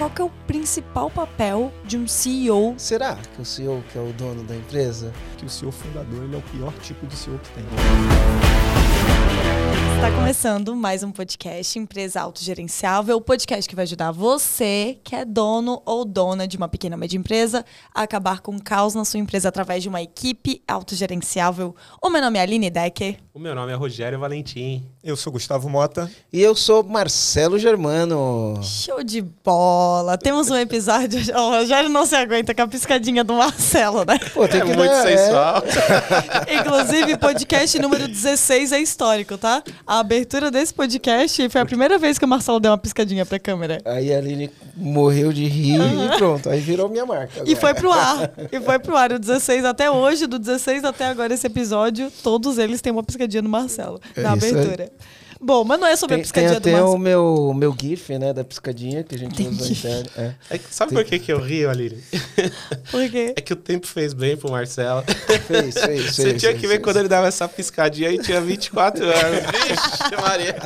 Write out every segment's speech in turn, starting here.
qual que é o principal papel de um CEO? Será que o CEO que é o dono da empresa? Que o CEO fundador ele é o pior tipo de CEO que tem. Está começando mais um podcast Empresa Autogerenciável, o podcast que vai ajudar você, que é dono ou dona de uma pequena ou média empresa, a acabar com o caos na sua empresa através de uma equipe autogerenciável. O meu nome é Aline Decker. O meu nome é Rogério Valentim. Eu sou Gustavo Mota. E eu sou Marcelo Germano. Show de bola! Temos um episódio... O Rogério não se aguenta com a piscadinha do Marcelo, né? Pô, tem É que muito dar, sensual. Inclusive, podcast número 16 é histórico, tá? A abertura desse podcast foi a primeira vez que o Marcelo deu uma piscadinha pra câmera. Aí a Aline morreu de rir e pronto. Aí virou minha marca. E foi pro ar. O 16 até hoje, do 16 até agora esse episódio, todos eles têm uma piscadinha do Marcelo na isso aí. abertura. Bom, mas não é sobre a Tem piscadinha do até Marcelo. o meu gif, né, da piscadinha que a gente usa interno. Sabe por que eu rio, Aline? Por quê? É que o tempo fez bem pro Marcelo. Fez. Você tinha que ver quando ele dava essa piscadinha e tinha 24 anos. Vixe, Maria.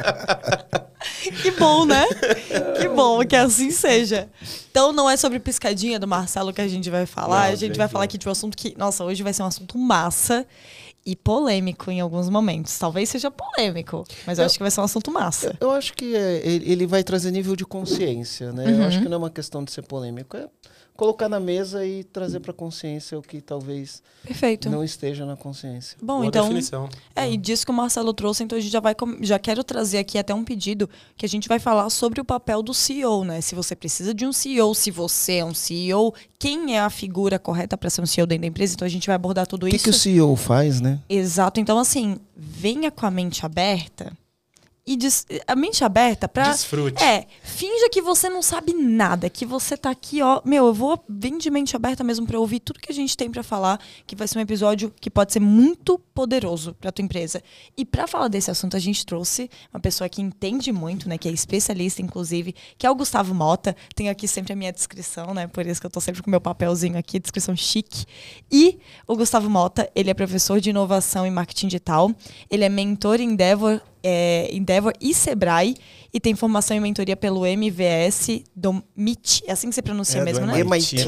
Que bom, né? Que bom que assim seja. Então não é sobre piscadinha do Marcelo que a gente vai falar. Não, A gente vai falar aqui de um assunto que, nossa, hoje vai ser um assunto massa e polêmico em alguns momentos. Talvez seja polêmico, mas eu acho que vai ser um assunto massa. Eu acho que ele vai trazer nível de consciência, né? Eu acho que não é uma questão de ser polêmico. É colocar na mesa e trazer para consciência o que talvez Perfeito. não esteja na consciência. Bom, Boa então... definição. E disso que o Marcelo trouxe, então a gente já quero trazer aqui até um pedido que a gente vai falar sobre o papel do CEO, né? Se você precisa de um CEO, se você é um CEO, quem é a figura correta para ser um CEO dentro da empresa? Então a gente vai abordar tudo O isso. que o CEO faz, né? Exato. Então, assim, venha com a mente aberta e a mente aberta pra... Desfrute. Finja que você não sabe nada, que você tá aqui, ó... Vem de mente aberta mesmo pra ouvir tudo que a gente tem pra falar, que vai ser um episódio que pode ser muito poderoso pra tua empresa. E pra falar desse assunto, a gente trouxe uma pessoa que entende muito, né, que é especialista, inclusive, que é o Gustavo Mota. Tenho aqui sempre a minha descrição, né, por isso que eu tô sempre com o meu papelzinho aqui, descrição chique. E o Gustavo Mota, ele é professor de inovação e marketing digital, ele é mentor em Endeavor e Sebrae e tem formação em mentoria pelo MVS do MIT. É assim que você pronuncia mesmo, né? MIT.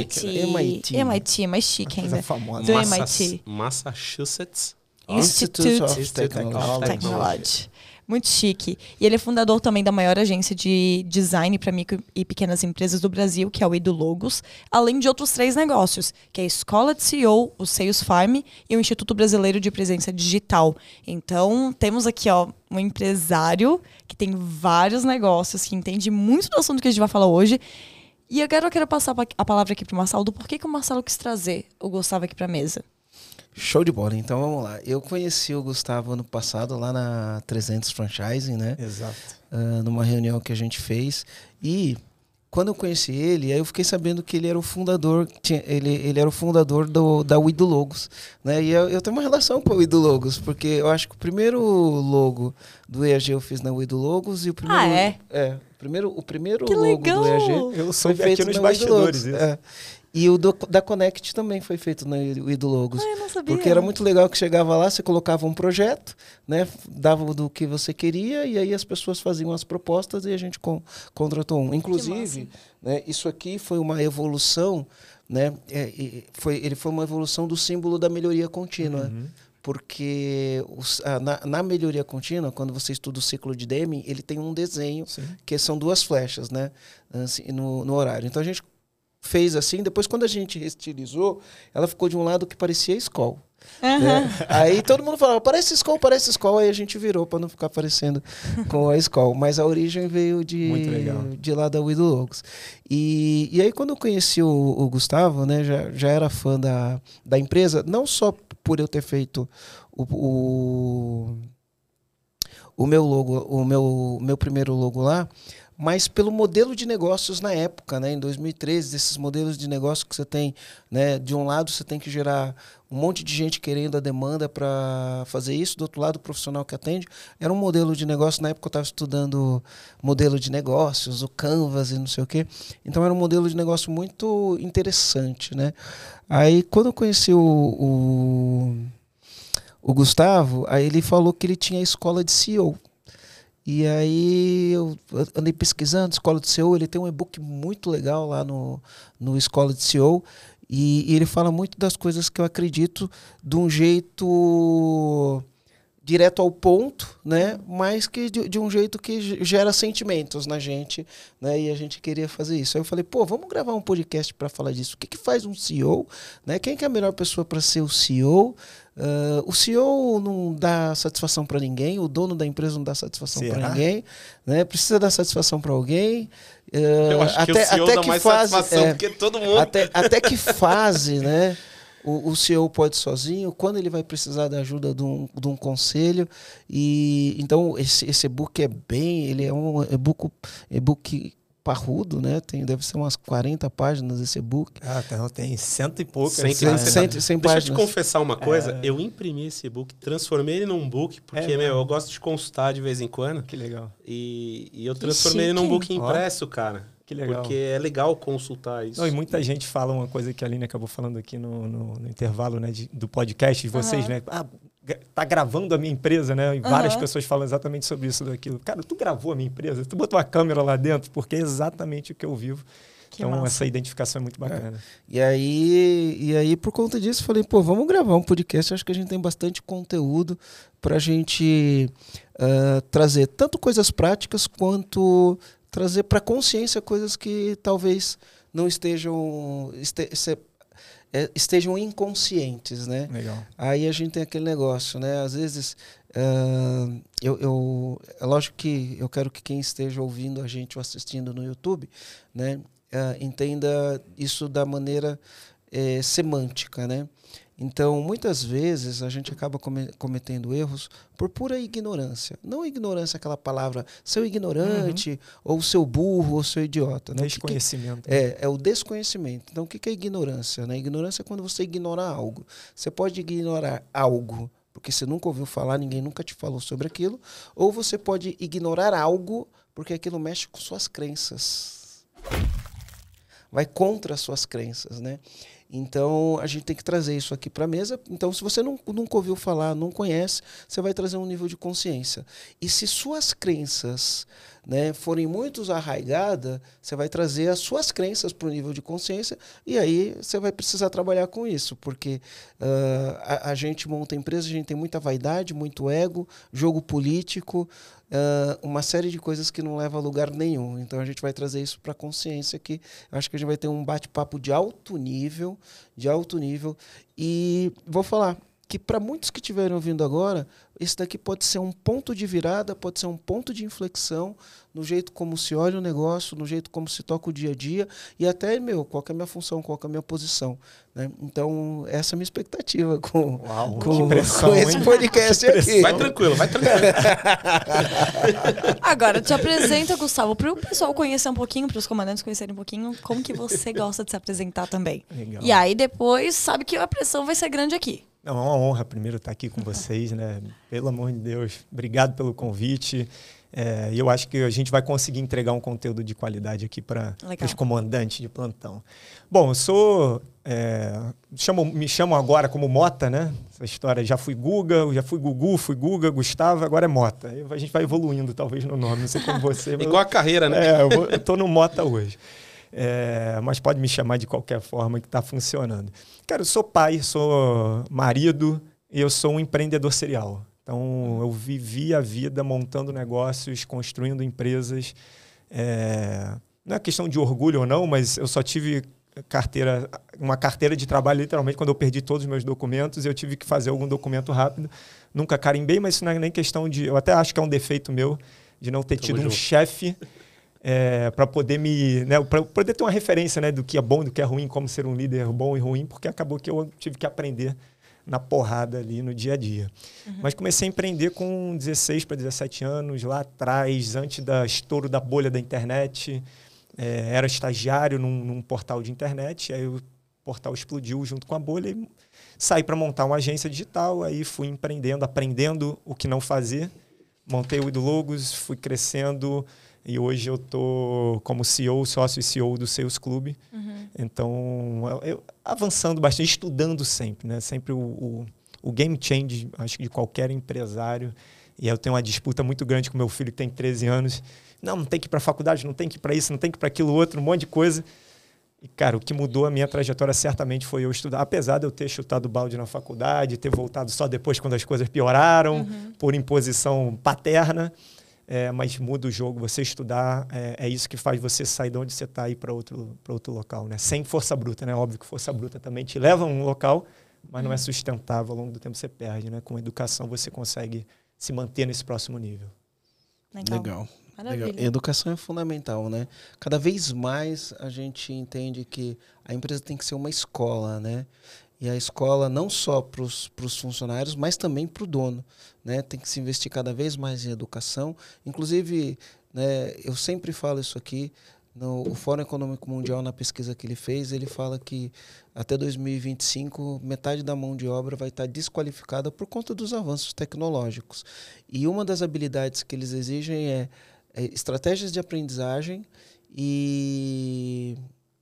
MIT, é mais chique ainda. Famosa. Do MIT. Massachusetts. Institute of Institute Technology. Technology. Muito chique. E ele é fundador também da maior agência de design para micro e pequenas empresas do Brasil, que é o EduLogos, além de outros 3 negócios, que é a Escola de CEO, o Sales Farm e o Instituto Brasileiro de Presença Digital. Então, temos aqui um empresário que tem vários negócios, que entende muito do assunto que a gente vai falar hoje. E eu quero passar a palavra aqui para o Marcelo, do porquê que o Marcelo quis trazer o Gustavo aqui para a mesa. Show de bola. Então vamos lá. Eu conheci o Gustavo ano passado lá na 300 Franchising, né? Exato. Numa reunião que a gente fez. E quando eu conheci ele, aí eu fiquei sabendo que ele era o fundador, ele era o fundador da EduLogos, né? E eu tenho uma relação com o EduLogos, porque eu acho que o primeiro logo do EAG eu fiz na EduLogos e o primeiro o primeiro Que logo legal! do EAG Eu foi soube feito aqui nos na bastidores EduLogos. isso. E o da Connect também foi feito na EduLogos. Eu não sabia. Porque era muito legal que chegava lá, você colocava um projeto, né, dava do que você queria e aí as pessoas faziam as propostas e a gente contratou um. Inclusive, né, isso aqui foi uma evolução, né, ele foi uma evolução do símbolo da melhoria contínua. Porque na melhoria contínua, quando você estuda o ciclo de Deming, ele tem um desenho, que são 2 flechas, né, assim, no horário. Então a gente fez assim, depois quando a gente restilizou, ela ficou de um lado que parecia Skol. Né? Aí todo mundo falava, parece Skol, aí a gente virou para não ficar parecendo com a Skol. Mas a origem veio de lá da EduLogos. E aí quando eu conheci o Gustavo, né, já era fã da empresa, não só por eu ter feito o meu logo, o meu primeiro logo lá, mas pelo modelo de negócios na época, né, em 2013, esses modelos de negócio que você tem, né, de um lado você tem que gerar um monte de gente querendo a demanda para fazer isso, do outro lado o profissional que atende, era um modelo de negócio, na época eu estava estudando modelo de negócios, o Canvas e não sei o quê, então era um modelo de negócio muito interessante, né. Aí quando eu conheci o Gustavo, aí ele falou que ele tinha a escola de CEO. E aí eu andei pesquisando, Escola de CEO, ele tem um e-book muito legal lá no Escola de CEO, e ele fala muito das coisas que eu acredito de um jeito direto ao ponto, né? Mas que de um jeito que gera sentimentos na gente, né? E a gente queria fazer isso. Aí eu falei, pô, vamos gravar um podcast para falar disso. O que faz um CEO? Né? Quem que é a melhor pessoa para ser o CEO? O CEO não dá satisfação para ninguém, o dono da empresa não dá satisfação para ninguém, né? Precisa dar satisfação para alguém. Eu acho que o CEO dá mais satisfação do que todo mundo. Até que fase, né? O CEO pode sozinho, quando ele vai precisar da ajuda de um conselho. E então esse e-book ele é um e-book parrudo, né? Deve ser umas 40 páginas esse e-book. Então tem 100 e poucas. 100 páginas. Deixa eu te confessar uma coisa. Eu imprimi esse e-book, transformei ele num book, porque eu gosto de consultar de vez em quando. Que legal. E eu transformei ele num book impresso, cara. Que legal. Porque é legal consultar isso. Não, e muita gente fala uma coisa que a Aline acabou falando aqui no intervalo, né, do podcast de vocês, né? Tá gravando a minha empresa, né? E várias pessoas falam exatamente sobre isso, daquilo. Cara, tu gravou a minha empresa? Tu botou a câmera lá dentro? Porque é exatamente o que eu vivo. Então, massa. Essa identificação é muito bacana. E aí, por conta disso, falei, pô, vamos gravar um podcast. Acho que a gente tem bastante conteúdo pra gente trazer tanto coisas práticas quanto trazer para consciência coisas que talvez não estejam inconscientes, né? Legal. Aí a gente tem aquele negócio, né? Às vezes, é lógico que eu quero que quem esteja ouvindo a gente ou assistindo no YouTube, né, entenda isso da maneira semântica, né? Então, muitas vezes, a gente acaba cometendo erros por pura ignorância. Não ignorância, aquela palavra, seu ignorante, ou seu burro, ou seu idiota. Né? Desconhecimento. É o desconhecimento. Então, o que é ignorância? Né? Ignorância é quando você ignora algo. Você pode ignorar algo porque você nunca ouviu falar, ninguém nunca te falou sobre aquilo, ou você pode ignorar algo porque aquilo mexe com suas crenças. Vai contra as suas crenças, né? Então, a gente tem que trazer isso aqui para a mesa. Então, se você nunca ouviu falar, não conhece, você vai trazer um nível de consciência. E se suas crenças, né, forem muito arraigadas, você vai trazer as suas crenças para o nível de consciência e aí você vai precisar trabalhar com isso, porque a gente monta empresa, a gente tem muita vaidade, muito ego, jogo político, uma série de coisas que não leva a lugar nenhum. Então a gente vai trazer isso para a consciência aqui. Eu acho que a gente vai ter um bate-papo de alto nível, e vou falar que para muitos que estiverem ouvindo agora, esse daqui pode ser um ponto de virada, pode ser um ponto de inflexão no jeito como se olha o negócio, no jeito como se toca o dia a dia e até, qual que é a minha função, qual que é a minha posição. Né? Então, essa é a minha expectativa com esse podcast aqui. Vai tranquilo. Agora, te apresenta, Gustavo, para o pessoal conhecer um pouquinho, para os comandantes conhecerem um pouquinho, como que você gosta de se apresentar também. Legal. E aí, depois, sabe que a pressão vai ser grande aqui. Não, é uma honra primeiro estar aqui com vocês, né? Pelo amor de Deus, obrigado pelo convite. E eu acho que a gente vai conseguir entregar um conteúdo de qualidade aqui para os comandantes de plantão. Bom, eu sou... me chamam agora como Mota, né? Essa história, já fui Guga, já fui Gugu, fui Guga, Gustavo, agora é Mota. A gente vai evoluindo, talvez, no nome, não sei como você. Igual a carreira, né? Eu tô no Mota hoje. Mas pode me chamar de qualquer forma que está funcionando. Cara, eu sou pai, sou marido e eu sou um empreendedor serial. Então, eu vivi a vida montando negócios, construindo empresas. Não é questão de orgulho ou não, mas eu só tive uma carteira de trabalho, literalmente, quando eu perdi todos os meus documentos, eu tive que fazer algum documento rápido. Nunca carimbei, mas isso não é nem questão de... Eu até acho que é um defeito meu de não ter tido um chefe para poder para poder ter uma referência, né, do que é bom e do que é ruim, como ser um líder bom e ruim, porque acabou que eu tive que aprender na porrada ali no dia a dia. Mas comecei a empreender com 16 para 17 anos, lá atrás, antes do estouro da bolha da internet. Era estagiário num portal de internet, aí o portal explodiu junto com a bolha e saí para montar uma agência digital, aí fui empreendendo, aprendendo o que não fazer, montei o Idologos, fui crescendo e hoje eu estou como CEO, sócio e CEO do Sales Club. Então, eu avançando bastante, estudando sempre, né? Sempre o game change, acho que de qualquer empresário, E aí eu tenho uma disputa muito grande com meu filho, que tem 13 anos. Não tem que ir para a faculdade, não tem que ir para isso, não tem que ir para aquilo outro, um monte de coisa. E, cara, o que mudou a minha trajetória certamente foi eu estudar. Apesar de eu ter chutado o balde na faculdade, ter voltado só depois quando as coisas pioraram, por imposição paterna. Mas muda o jogo. Você estudar é isso que faz você sair de onde você está e ir para outro local, né? Sem força bruta, né? Óbvio que força bruta também te leva a um local, mas não é sustentável. Ao longo do tempo você perde, né? Com educação você consegue se manter nesse próximo nível. Legal. Maravilha. Legal. Educação é fundamental, né? Cada vez mais a gente entende que a empresa tem que ser uma escola, né? E a escola não só para os funcionários, mas também para o dono, né? Tem que se investir cada vez mais em educação. Inclusive, né, eu sempre falo isso aqui, o Fórum Econômico Mundial, na pesquisa que ele fez, ele fala que até 2025, metade da mão de obra vai estar desqualificada por conta dos avanços tecnológicos. E uma das habilidades que eles exigem é estratégias de aprendizagem e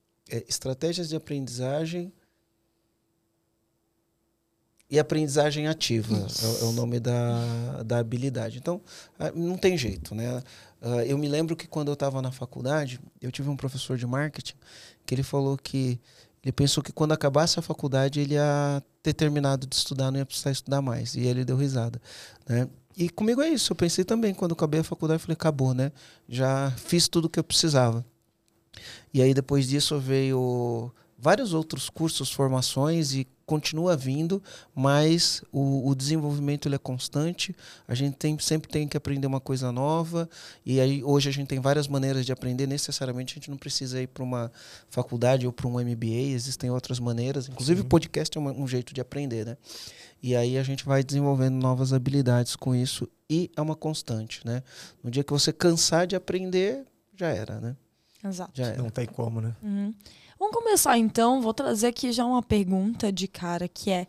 aprendizagem ativa é o nome da habilidade. Então, não tem jeito, né? Eu me lembro que quando eu estava na faculdade, eu tive um professor de marketing que ele falou que ele pensou que quando acabasse a faculdade ele ia ter terminado de estudar, não ia precisar estudar mais. E ele deu risada, né? E comigo é isso. Eu pensei também, quando eu acabei a faculdade, eu falei, acabou, né? Já fiz tudo o que eu precisava. E aí, depois disso, veio vários outros cursos, formações, e continua vindo, mas o desenvolvimento ele é constante. A gente sempre tem que aprender uma coisa nova, e aí hoje a gente tem várias maneiras de aprender. Necessariamente a gente não precisa ir para uma faculdade ou para um MBA, existem outras maneiras. Inclusive o podcast é um jeito de aprender, né? E aí a gente vai desenvolvendo novas habilidades com isso, e é uma constante, né? No dia que você cansar de aprender, já era, né? Exato. Já era. Não tem como, né? Vamos começar então, vou trazer aqui já uma pergunta de cara, que é: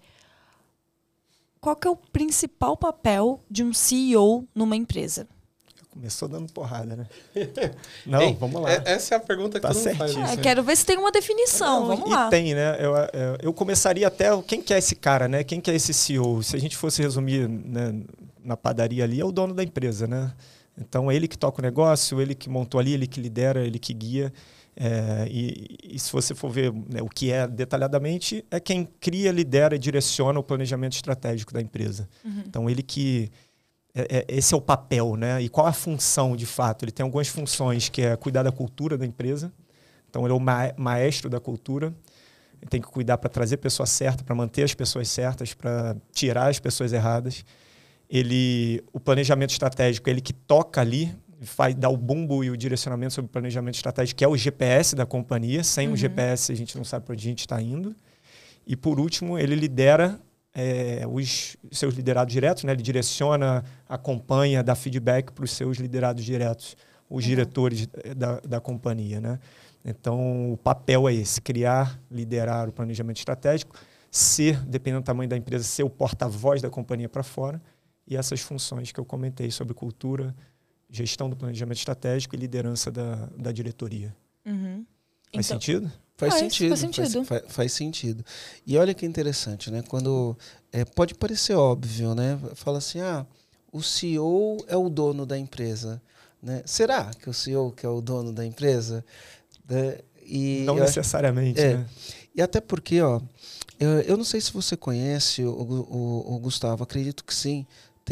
qual que é o principal papel de um CEO numa empresa? Começou dando porrada, né? Não, vamos lá. Essa é a pergunta que Tá todo mundo faz. certíssimo. Quero ver se tem uma definição, vamos lá. E tem, né? Eu começaria até... Quem que é esse cara, né? Quem que é esse CEO? Se a gente fosse resumir, né, na padaria ali, é o dono da empresa, né? Então, ele que toca o negócio, ele que montou ali, ele que lidera, ele que guia. E se você for ver, né, o que é detalhadamente, é quem cria, lidera e direciona o planejamento estratégico da empresa. Então, ele que... esse é o papel, né? E qual a função, de fato? Ele tem algumas funções, que é cuidar da cultura da empresa. Então, ele é o maestro da cultura. Ele tem que cuidar para trazer a pessoa certa, para manter as pessoas certas, para tirar as pessoas erradas. O planejamento estratégico, ele que toca ali, dá o bumbo e o direcionamento sobre o planejamento estratégico, que é o GPS da companhia. Sem o GPS, a gente não sabe para onde a gente está indo. E, por último, ele lidera os seus liderados diretos, né? Ele direciona, acompanha, dá feedback para os seus liderados diretos, os diretores da companhia, né? Então, o papel é esse: criar, liderar o planejamento estratégico, dependendo do tamanho da empresa, ser o porta-voz da companhia para fora, e essas funções que eu comentei sobre cultura, gestão do planejamento estratégico e liderança da diretoria. Faz sentido? Faz sentido. E olha que interessante, né? Quando pode parecer óbvio, né? Fala assim, o CEO é o dono da empresa, né? Será que o CEO que é o dono da empresa? Não necessariamente, né? E até porque, eu não sei se você conhece o Gustavo, acredito que sim.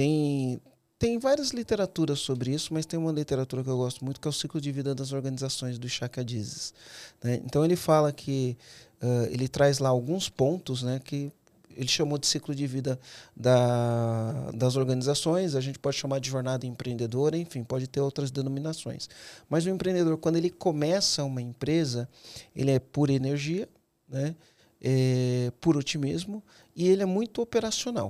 Tem várias literaturas sobre isso, mas tem uma literatura que eu gosto muito, que é o ciclo de vida das organizações, do Shaka Dizes, né? Então ele fala que ele traz lá alguns pontos, né, que ele chamou de ciclo de vida das organizações. A gente pode chamar de jornada empreendedora, enfim, pode ter outras denominações. Mas o empreendedor, quando ele começa uma empresa, ele é pura energia, né, puro otimismo, e ele é muito operacional.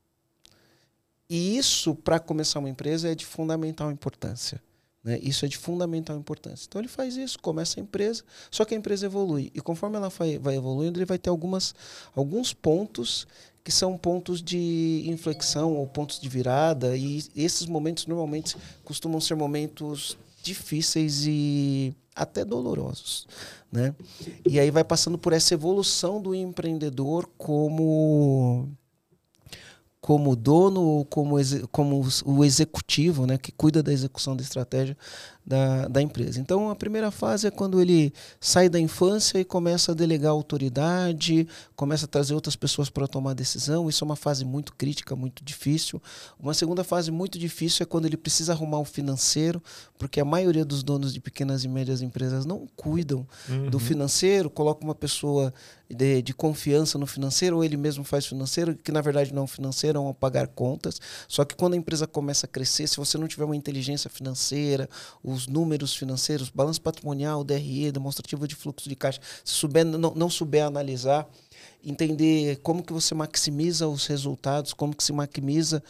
E isso, para começar uma empresa, é de fundamental importância, né? Isso é de fundamental importância. Então, ele faz isso, começa a empresa, só que a empresa evolui. E conforme ela vai evoluindo, ele vai ter alguns pontos que são pontos de inflexão ou pontos de virada. E esses momentos, normalmente, costumam ser momentos difíceis e até dolorosos, né? E aí vai passando por essa evolução do empreendedor como como dono ou como o executivo, né, que cuida da execução da estratégia da empresa. Então, a primeira fase é quando ele sai da infância e começa a delegar autoridade, começa a trazer outras pessoas para tomar decisão. Isso é uma fase muito crítica, muito difícil. Uma segunda fase muito difícil é quando ele precisa arrumar um financeiro, porque a maioria dos donos de pequenas e médias empresas não cuidam do financeiro, coloca uma pessoa de confiança no financeiro, ou ele mesmo faz financeiro, que na verdade não é um financeiro, é um pagar contas. Só que quando a empresa começa a crescer, se você não tiver uma inteligência financeira, os números financeiros, balanço patrimonial, DRE, demonstrativo de fluxo de caixa, se souber, não souber analisar, entender como que você maximiza os resultados, como que se maximiza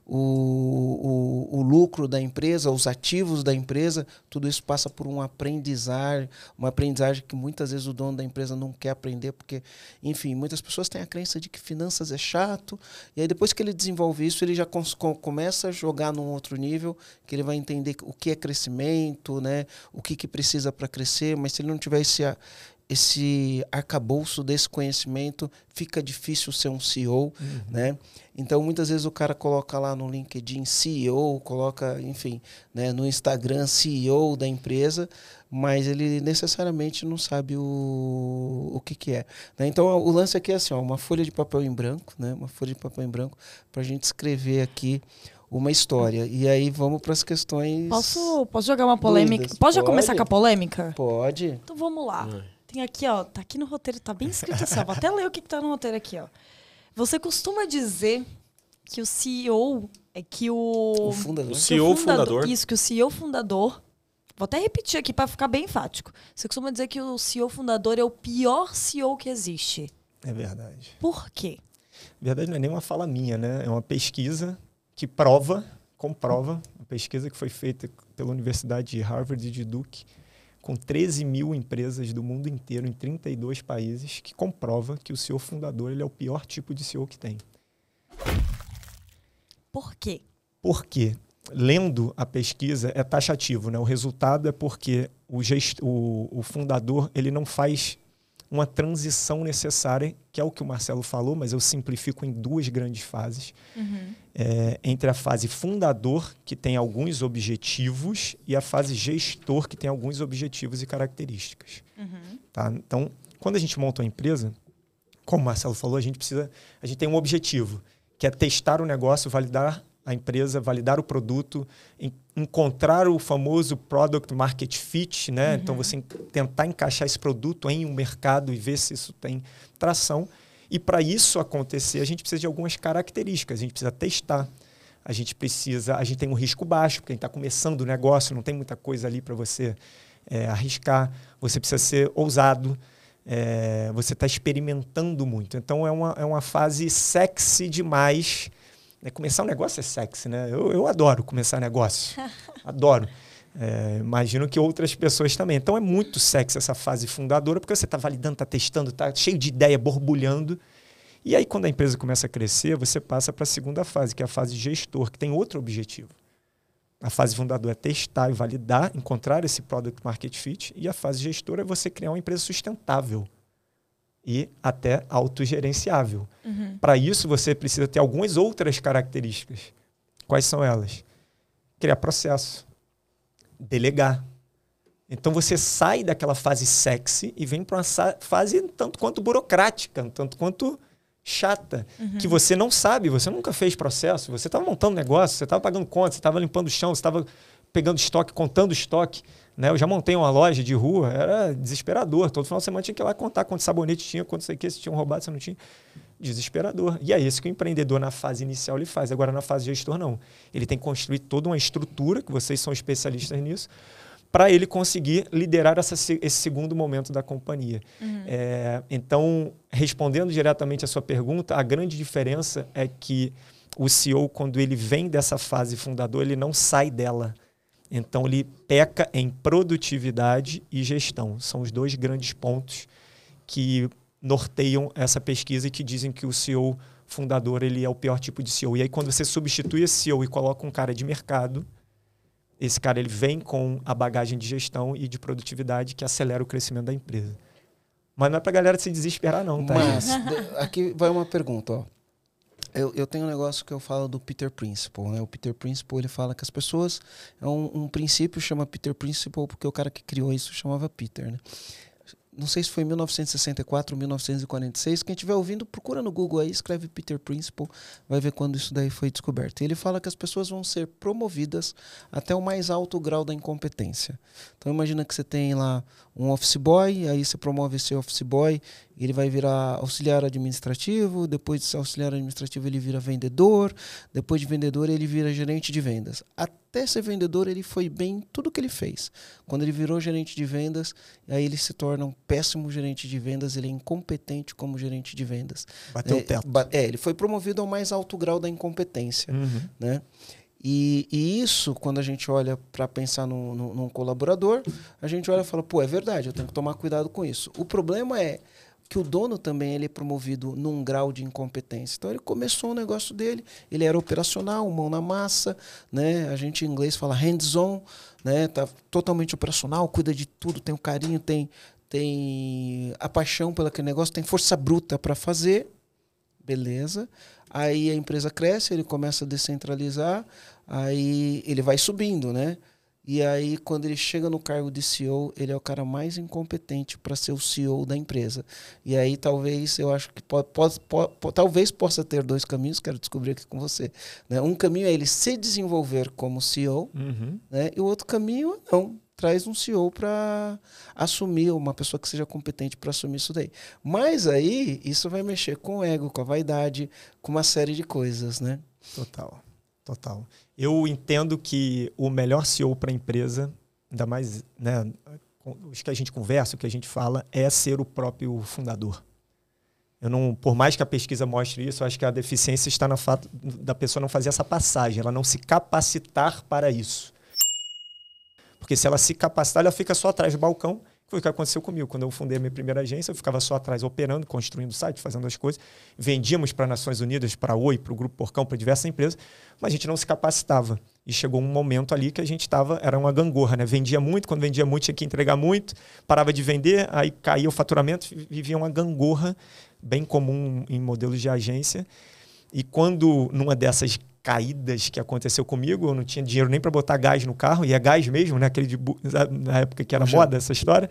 o lucro da empresa, os ativos da empresa, tudo isso passa por uma aprendizagem que muitas vezes o dono da empresa não quer aprender, porque, enfim, muitas pessoas têm a crença de que finanças é chato, e aí depois que ele desenvolve isso, ele já começa a jogar num outro nível, que ele vai entender o que é crescimento, né, o que precisa para crescer, mas se ele não tiver esse arcabouço desse conhecimento, fica difícil ser um CEO, né? Então, muitas vezes o cara coloca lá no LinkedIn CEO, coloca, enfim, né, no Instagram CEO da empresa, mas ele necessariamente não sabe o que é. Né? Então, o lance aqui é assim, ó, uma folha de papel em branco, né? Uma folha de papel em branco para a gente escrever aqui uma história. E aí vamos para as questões... Posso jogar uma polêmica? Dúvidas. Pode já começar com a polêmica? Pode. Então vamos lá. Tem aqui, ó, tá aqui no roteiro, tá bem escrito assim, ó, vou até ler o que tá no roteiro aqui, ó. Você costuma dizer que o CEO é que o fundador. O CEO fundador. Isso, que o CEO fundador, vou até repetir aqui para ficar bem enfático. Você costuma dizer que o CEO fundador é o pior CEO que existe. É verdade. Por quê? Na verdade, não é nem uma fala minha, né? É uma pesquisa que comprova, uma pesquisa que foi feita pela Universidade de Harvard e de Duke, com 13 mil empresas do mundo inteiro, em 32 países, que comprova que o CEO fundador ele é o pior tipo de CEO que tem. Por quê? Porque, lendo a pesquisa, é taxativo, né? O resultado é porque o fundador ele não faz uma transição necessária, que é o que o Marcelo falou, mas eu simplifico em duas grandes fases. Entre a fase fundador, que tem alguns objetivos, e a fase gestor, que tem alguns objetivos e características. Tá? Então, quando a gente monta uma empresa, como o Marcelo falou, a gente tem um objetivo, que é testar o negócio, validar a empresa, validar o produto, encontrar o famoso product market fit, né? Então, você tentar encaixar esse produto em um mercado e ver se isso tem tração. E para isso acontecer, a gente precisa de algumas características. A gente precisa testar, a gente tem um risco baixo, porque a gente está começando o negócio, não tem muita coisa ali para você arriscar. Você precisa ser ousado, você está experimentando muito. Então, é uma fase sexy demais. Começar um negócio é sexy, né? Eu adoro começar negócio. Adoro. Imagino que outras pessoas também. Então é muito sexy essa fase fundadora, porque você está validando, está testando, está cheio de ideia, borbulhando. E aí, quando a empresa começa a crescer, você passa para a segunda fase, que é a fase gestor, que tem outro objetivo. A fase fundadora é testar e validar, encontrar esse product market fit. E a fase gestora é você criar uma empresa sustentável e até autogerenciável. Para isso, você precisa ter algumas outras características. Quais são elas? Criar processo. Delegar. Então, você sai daquela fase sexy e vem para uma fase tanto quanto burocrática, tanto quanto chata, que você não sabe, você nunca fez processo, você estava montando negócio, você estava pagando conta, você estava limpando o chão, você estava pegando estoque, contando estoque. Né? Eu já montei uma loja de rua, era desesperador. Todo final de semana tinha que ir lá contar quanto sabonete tinha, quanto sei que, se tinham roubado, se não tinha. Desesperador. E é isso que o empreendedor na fase inicial ele faz. Agora, na fase gestor, não. Ele tem que construir toda uma estrutura, que vocês são especialistas nisso, para ele conseguir liderar esse segundo momento da companhia. Então, respondendo diretamente a sua pergunta, a grande diferença é que o CEO, quando ele vem dessa fase fundador, ele não sai dela. Então, ele peca em produtividade e gestão. São os dois grandes pontos que norteiam essa pesquisa e que dizem que o CEO fundador ele é o pior tipo de CEO. E aí, quando você substitui esse CEO e coloca um cara de mercado, esse cara ele vem com a bagagem de gestão e de produtividade que acelera o crescimento da empresa. Mas não é para a galera se desesperar, não. Tá? Mas aqui vai uma pergunta. Ó. Eu tenho um negócio que eu falo do Peter Principle, né? O Peter Principle, ele fala que as pessoas... É um princípio, chama Peter Principle, porque o cara que criou isso chamava Peter, né? Não sei se foi em 1964 ou 1946. Quem estiver ouvindo, procura no Google aí, escreve Peter Principle, vai ver quando isso daí foi descoberto. E ele fala que as pessoas vão ser promovidas até o mais alto grau da incompetência. Então imagina que você tem lá um office boy, aí você promove esse office boy, ele vai virar auxiliar administrativo, depois de ser auxiliar administrativo ele vira vendedor, depois de vendedor ele vira gerente de vendas. Até ser vendedor ele foi bem em tudo que ele fez. Quando ele virou gerente de vendas, aí ele se torna um péssimo gerente de vendas, ele é incompetente como gerente de vendas. Bateu o teto. Ele foi promovido ao mais alto grau da incompetência, né? E isso, quando a gente olha para pensar num colaborador, a gente olha e fala, pô, é verdade, eu tenho que tomar cuidado com isso. O problema é que o dono também ele é promovido num grau de incompetência. Então ele começou o negócio dele, ele era operacional, mão na massa, né? A gente em inglês fala hands-on, né? Tá totalmente operacional, cuida de tudo, tem o carinho, tem a paixão pelo aquele negócio, tem força bruta para fazer, beleza. Aí a empresa cresce, ele começa a descentralizar, aí ele vai subindo, né? E aí, quando ele chega no cargo de CEO, ele é o cara mais incompetente para ser o CEO da empresa. E aí, talvez, eu acho que talvez possa ter dois caminhos, quero descobrir aqui com você. Né? Um caminho é ele se desenvolver como CEO, né? E o outro caminho, não. Traz um CEO para assumir, uma pessoa que seja competente para assumir isso daí. Mas aí, isso vai mexer com o ego, com a vaidade, com uma série de coisas, né? Total. Eu entendo que o melhor CEO para a empresa, ainda mais, né, os que a gente conversa, o que a gente fala, é ser o próprio fundador. Por mais que a pesquisa mostre isso, eu acho que a deficiência está no fato da pessoa não fazer essa passagem, ela não se capacitar para isso. Porque se ela se capacitar, ela fica só atrás do balcão. Foi o que aconteceu comigo. Quando eu fundei a minha primeira agência, eu ficava só atrás operando, construindo o site, fazendo as coisas. Vendíamos para Nações Unidas, para a Oi, para o Grupo Porcão, para diversas empresas, mas a gente não se capacitava. E chegou um momento ali que a gente era uma gangorra, né? Vendia muito, quando vendia muito tinha que entregar muito, parava de vender, aí caía o faturamento, vivia uma gangorra bem comum em modelos de agência. E quando, numa dessas caídas que aconteceu comigo, eu não tinha dinheiro nem para botar gás no carro, e é gás mesmo, né? Na época que era moda essa história.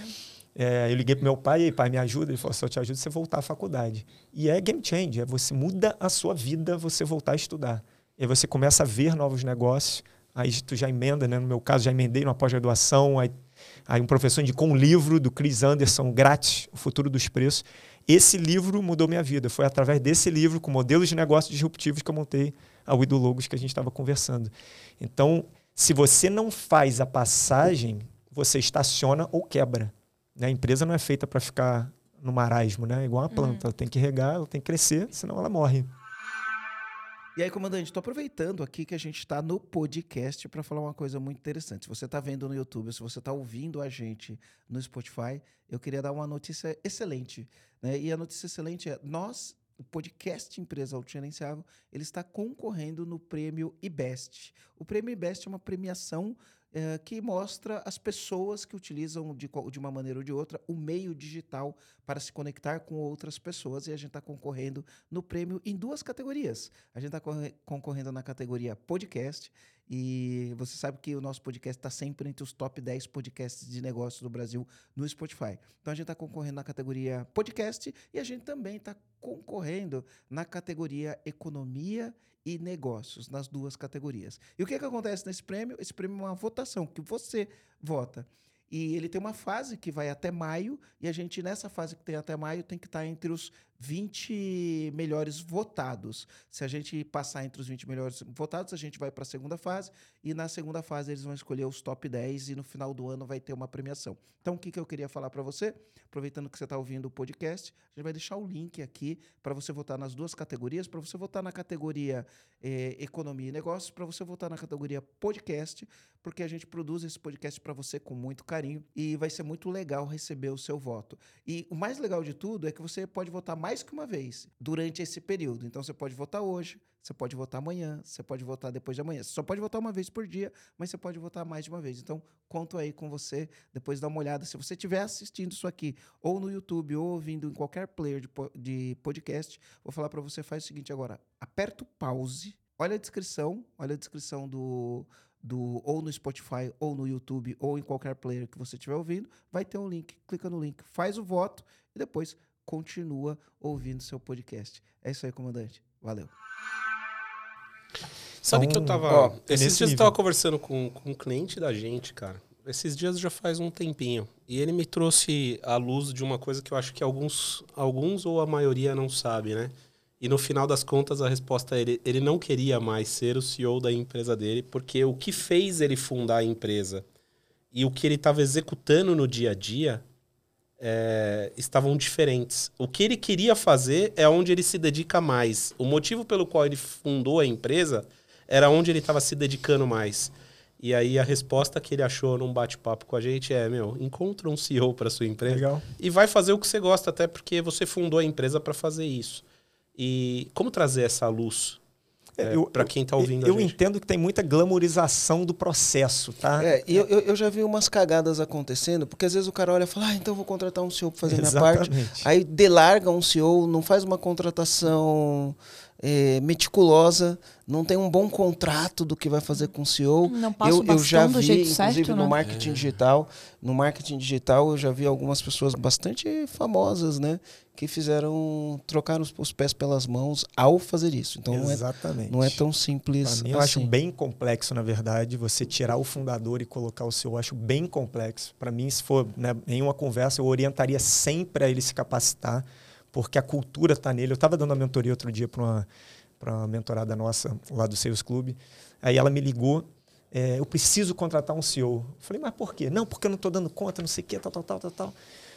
Eu liguei pro meu pai, e aí, pai, me ajuda. Ele falou, se eu te ajudo, você voltar à faculdade. E é game changer, você muda a sua vida, você voltar a estudar. E aí você começa a ver novos negócios, aí tu já emenda, né? No meu caso, já emendei numa pós-graduação, aí um professor indicou um livro do Chris Anderson, grátis, O Futuro dos Preços. Esse livro mudou minha vida. Foi através desse livro, com modelos de negócios disruptivos, que eu montei a Wido Logos que a gente estava conversando. Então, se você não faz a passagem, você estaciona ou quebra. Né? A empresa não é feita para ficar no marasmo, né? Igual uma planta. Ela tem que regar, ela tem que crescer, senão ela morre. E aí, comandante, estou aproveitando aqui que a gente está no podcast para falar uma coisa muito interessante. Se você está vendo no YouTube, se você está ouvindo a gente no Spotify, eu queria dar uma notícia excelente. Né? E a notícia excelente é o podcast Empresa Autogerenciável, ele está concorrendo no prêmio IBEST. O prêmio IBEST é uma premiação que mostra as pessoas que utilizam de uma maneira ou de outra o meio digital para se conectar com outras pessoas, e a gente está concorrendo no prêmio em duas categorias. A gente está concorrendo na categoria podcast, e você sabe que o nosso podcast está sempre entre os top 10 podcasts de negócios do Brasil no Spotify. Então a gente está concorrendo na categoria podcast, e a gente também está concorrendo na categoria economia e negócios, nas duas categorias. E o que acontece nesse prêmio? Esse prêmio é uma votação, que você vota. E ele tem uma fase que vai até maio, e a gente, nessa fase que tem até maio, tem que estar entre os 20 melhores votados. Se a gente passar entre os 20 melhores votados, a gente vai para a segunda fase, e na segunda fase eles vão escolher os top 10, e no final do ano vai ter uma premiação. Então, o que eu queria falar para você? Aproveitando que você está ouvindo o podcast, a gente vai deixar o link aqui para você votar nas duas categorias, para você votar na categoria Economia e Negócios, para você votar na categoria Podcast, porque a gente produz esse podcast para você com muito carinho, e vai ser muito legal receber o seu voto. E o mais legal de tudo é que você pode votar mais mais que uma vez durante esse período. Então, você pode votar hoje, você pode votar amanhã, você pode votar depois de amanhã. Você só pode votar uma vez por dia, mas você pode votar mais de uma vez. Então, conto aí com você, depois dá uma olhada. Se você estiver assistindo isso aqui, ou no YouTube, ou ouvindo em qualquer player de podcast, vou falar para você, faz o seguinte agora, aperta o pause, olha a descrição ou no Spotify, ou no YouTube, ou em qualquer player que você estiver ouvindo, vai ter um link, clica no link, faz o voto e depois continua ouvindo seu podcast. É isso aí, comandante. Valeu. Sabe que eu tava... esses dias eu tava conversando com um cliente da gente, cara. Esses dias já faz um tempinho. E ele me trouxe à luz de uma coisa que eu acho que alguns ou a maioria não sabe, né? E no final das contas, a resposta é ele não queria mais ser o CEO da empresa dele, porque o que fez ele fundar a empresa e o que ele estava executando no dia a dia estavam diferentes. O que ele queria fazer é onde ele se dedica mais. O motivo pelo qual ele fundou a empresa era onde ele estava se dedicando mais. E aí a resposta que ele achou num bate-papo com a gente é, encontra um CEO para sua empresa. Legal. E vai fazer o que você gosta, até porque você fundou a empresa para fazer isso. E como trazer essa luz para quem está ouvindo a gente? Eu entendo que tem muita glamorização do processo, tá? Eu já vi umas cagadas acontecendo, porque às vezes o cara olha e fala, então eu vou contratar um CEO para fazer a minha parte. Aí delarga um CEO, não faz uma contratação meticulosa, não tem um bom contrato do que vai fazer com o CEO. Não passa o eu já vi, do jeito inclusive certo, no né? marketing digital. No marketing digital eu já vi algumas pessoas bastante famosas, né, que trocaram os pés pelas mãos ao fazer isso. Então não é tão simples assim. Eu acho bem complexo, na verdade, você tirar o fundador e colocar o CEO. Eu acho bem complexo. Para mim, se for, né, em uma conversa, eu orientaria sempre a ele se capacitar, porque a cultura está nele. Eu estava dando uma mentoria outro dia para uma mentorada nossa lá do Sales Club. Aí ela me ligou, eu preciso contratar um CEO. Eu falei, mas por quê? Não, porque eu não estou dando conta, não sei o quê, tal.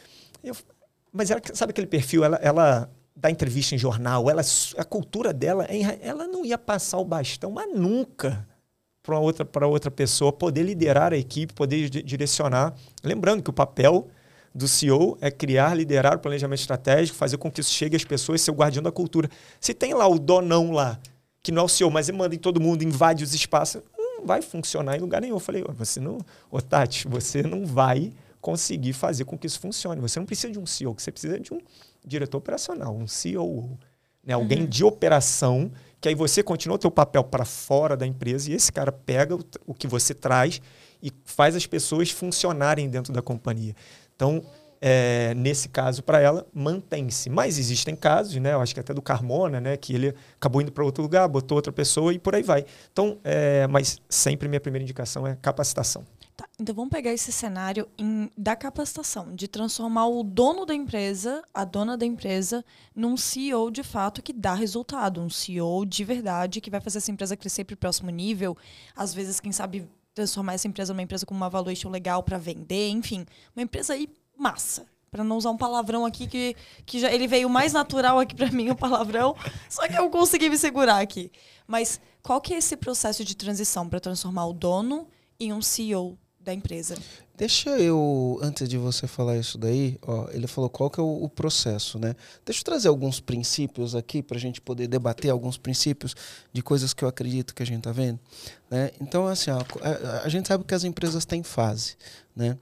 Mas ela, sabe aquele perfil? Ela dá entrevista em jornal, a cultura dela, ela não ia passar o bastão, mas nunca, para outra pessoa, poder liderar a equipe, poder direcionar. Lembrando que o papel do CEO é criar, liderar o planejamento estratégico, fazer com que isso chegue às pessoas, ser o guardião da cultura. Se tem lá o donão lá, que não é o CEO, mas ele manda em todo mundo, invade os espaços, não vai funcionar em lugar nenhum. Eu falei, Tati, você não vai conseguir fazer com que isso funcione. Você não precisa de um CEO, você precisa de um diretor operacional, um CEO, né? Alguém de operação, que aí você continua o teu papel para fora da empresa e esse cara pega o que você traz e faz as pessoas funcionarem dentro da companhia. Então, nesse caso, para ela, mantém-se. Mas existem casos, né? Eu acho que até do Carmona, né? Que ele acabou indo para outro lugar, botou outra pessoa e por aí vai. Então, mas sempre minha primeira indicação é capacitação. Tá, então vamos pegar esse cenário da capacitação, de transformar o dono da empresa, a dona da empresa, num CEO de fato que dá resultado. Um CEO de verdade que vai fazer essa empresa crescer para o próximo nível. Às vezes, quem sabe, transformar essa empresa numa empresa com uma valuation legal para vender, enfim, uma empresa aí massa. Para não usar um palavrão aqui que já ele veio mais natural aqui para mim, o palavrão, só que eu consegui me segurar aqui. Mas qual que é esse processo de transição para transformar o dono em um CEO da empresa? Deixa eu, antes de você falar isso daí, ele falou qual que é o processo, né? Deixa eu trazer alguns princípios aqui para a gente poder debater alguns princípios de coisas que eu acredito que a gente está vendo, né? Então, assim, a gente sabe que as empresas têm fase, né?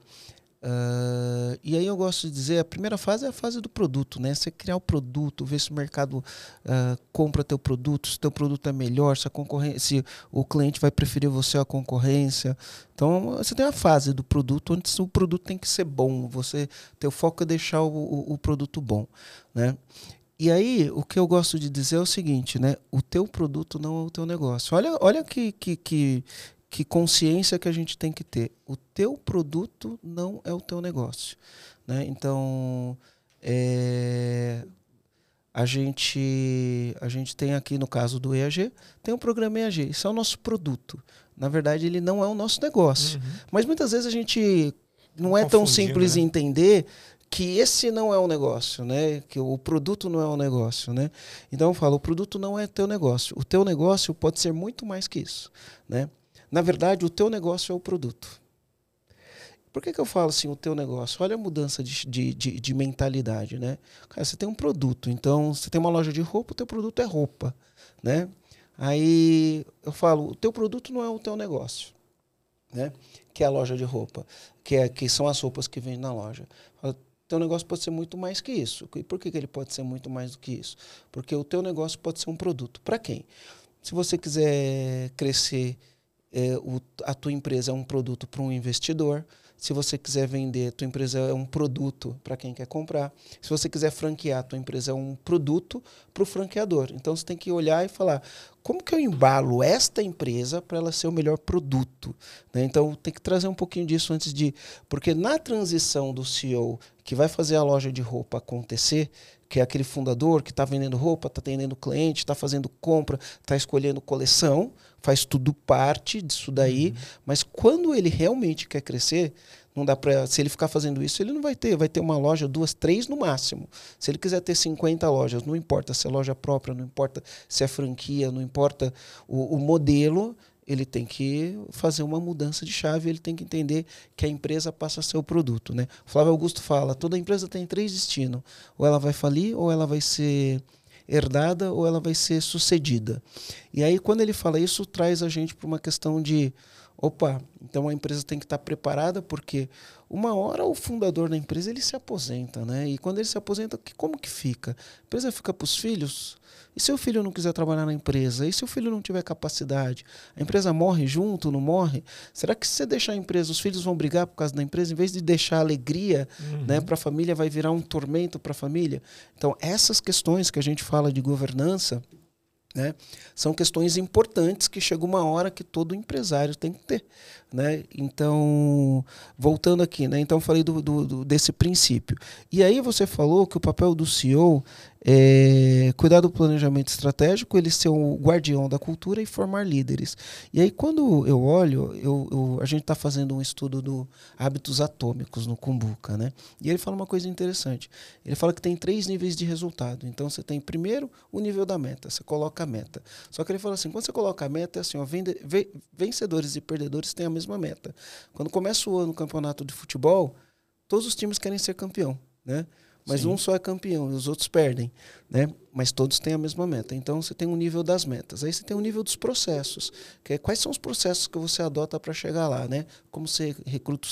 E aí eu gosto de dizer, a primeira fase é a fase do produto, né? Você criar o produto, ver se o mercado compra teu produto, se teu produto é melhor, se o cliente vai preferir você ou a concorrência. Então, você tem a fase do produto, onde o produto tem que ser bom. Teu foco é deixar o produto bom, né? E aí, o que eu gosto de dizer é o seguinte, né? O teu produto não é o teu negócio. Olha que consciência que a gente tem que ter. O teu produto não é o teu negócio, né? Então, a gente tem aqui, no caso do EAG, tem um programa EAG. Isso é o nosso produto. Na verdade, ele não é o nosso negócio. Mas muitas vezes a gente não é tão simples, né, em entender que esse não é o negócio, né? Que o produto não é o negócio, né? Então eu falo, o produto não é teu negócio. O teu negócio pode ser muito mais que isso, né? Na verdade, o teu negócio é o produto. Por que eu falo assim, o teu negócio? Olha a mudança de mentalidade, né? Cara, você tem um produto, então você tem uma loja de roupa, o teu produto é roupa, né? Aí eu falo, o teu produto não é o teu negócio, né? Que é a loja de roupa, que são as roupas que vêm na loja. O teu negócio pode ser muito mais que isso. E por que ele pode ser muito mais do que isso? Porque o teu negócio pode ser um produto. Para quem? Se você quiser crescer, a tua empresa é um produto para um investidor. Se você quiser vender, tua empresa é um produto para quem quer comprar. Se você quiser franquear, tua empresa é um produto para o franqueador. Então, você tem que olhar e falar, como que eu embalo esta empresa para ela ser o melhor produto? Né? Então, tem que trazer um pouquinho disso antes de... Porque na transição do CEO que vai fazer a loja de roupa acontecer, que é aquele fundador que está vendendo roupa, está atendendo cliente, está fazendo compra, está escolhendo coleção, faz tudo parte disso daí, mas quando ele realmente quer crescer, não dá para, se ele ficar fazendo isso, ele não vai ter uma loja, 2, 3 no máximo. Se ele quiser ter 50 lojas, não importa se é loja própria, não importa se é franquia, não importa o modelo, ele tem que fazer uma mudança de chave, ele tem que entender que a empresa passa a ser o produto, né? O Flávio Augusto fala, toda empresa tem 3 destinos, ou ela vai falir, ou ela vai ser herdada, ou ela vai ser sucedida. E aí, quando ele fala isso, traz a gente para uma questão de, opa, então a empresa tem que estar preparada, porque uma hora o fundador da empresa ele se aposenta, né? E quando ele se aposenta, como que fica? A empresa fica para os filhos? E se o filho não quiser trabalhar na empresa? E se o filho não tiver capacidade? A empresa morre junto, não morre? Será que se você deixar a empresa, os filhos vão brigar por causa da empresa? Em vez de deixar alegria, né, para a família, vai virar um tormento para a família? Então, essas questões que a gente fala de governança, né, são questões importantes que chega uma hora que todo empresário tem que ter, né? Então, voltando aqui, né? Então, falei desse princípio. E aí você falou que o papel do CEO é cuidar do planejamento estratégico, ele ser o guardião da cultura e formar líderes. E aí, quando eu olho, a gente está fazendo um estudo do hábitos atômicos no Kumbuka, né? E ele fala uma coisa interessante. Ele fala que tem 3 níveis de resultado. Então, você tem primeiro o nível da meta, você coloca a meta. Só que ele fala assim, quando você coloca a meta, é assim, ó, vencedores e perdedores têm a mesma meta. Quando começa o ano, o campeonato de futebol, todos os times querem ser campeão, né? Mas um só é campeão e os outros perdem, né? Mas todos têm a mesma meta. Então, você tem um nível das metas. Aí você tem um nível dos processos, que é quais são os processos que você adota para chegar lá, né? Como você recruta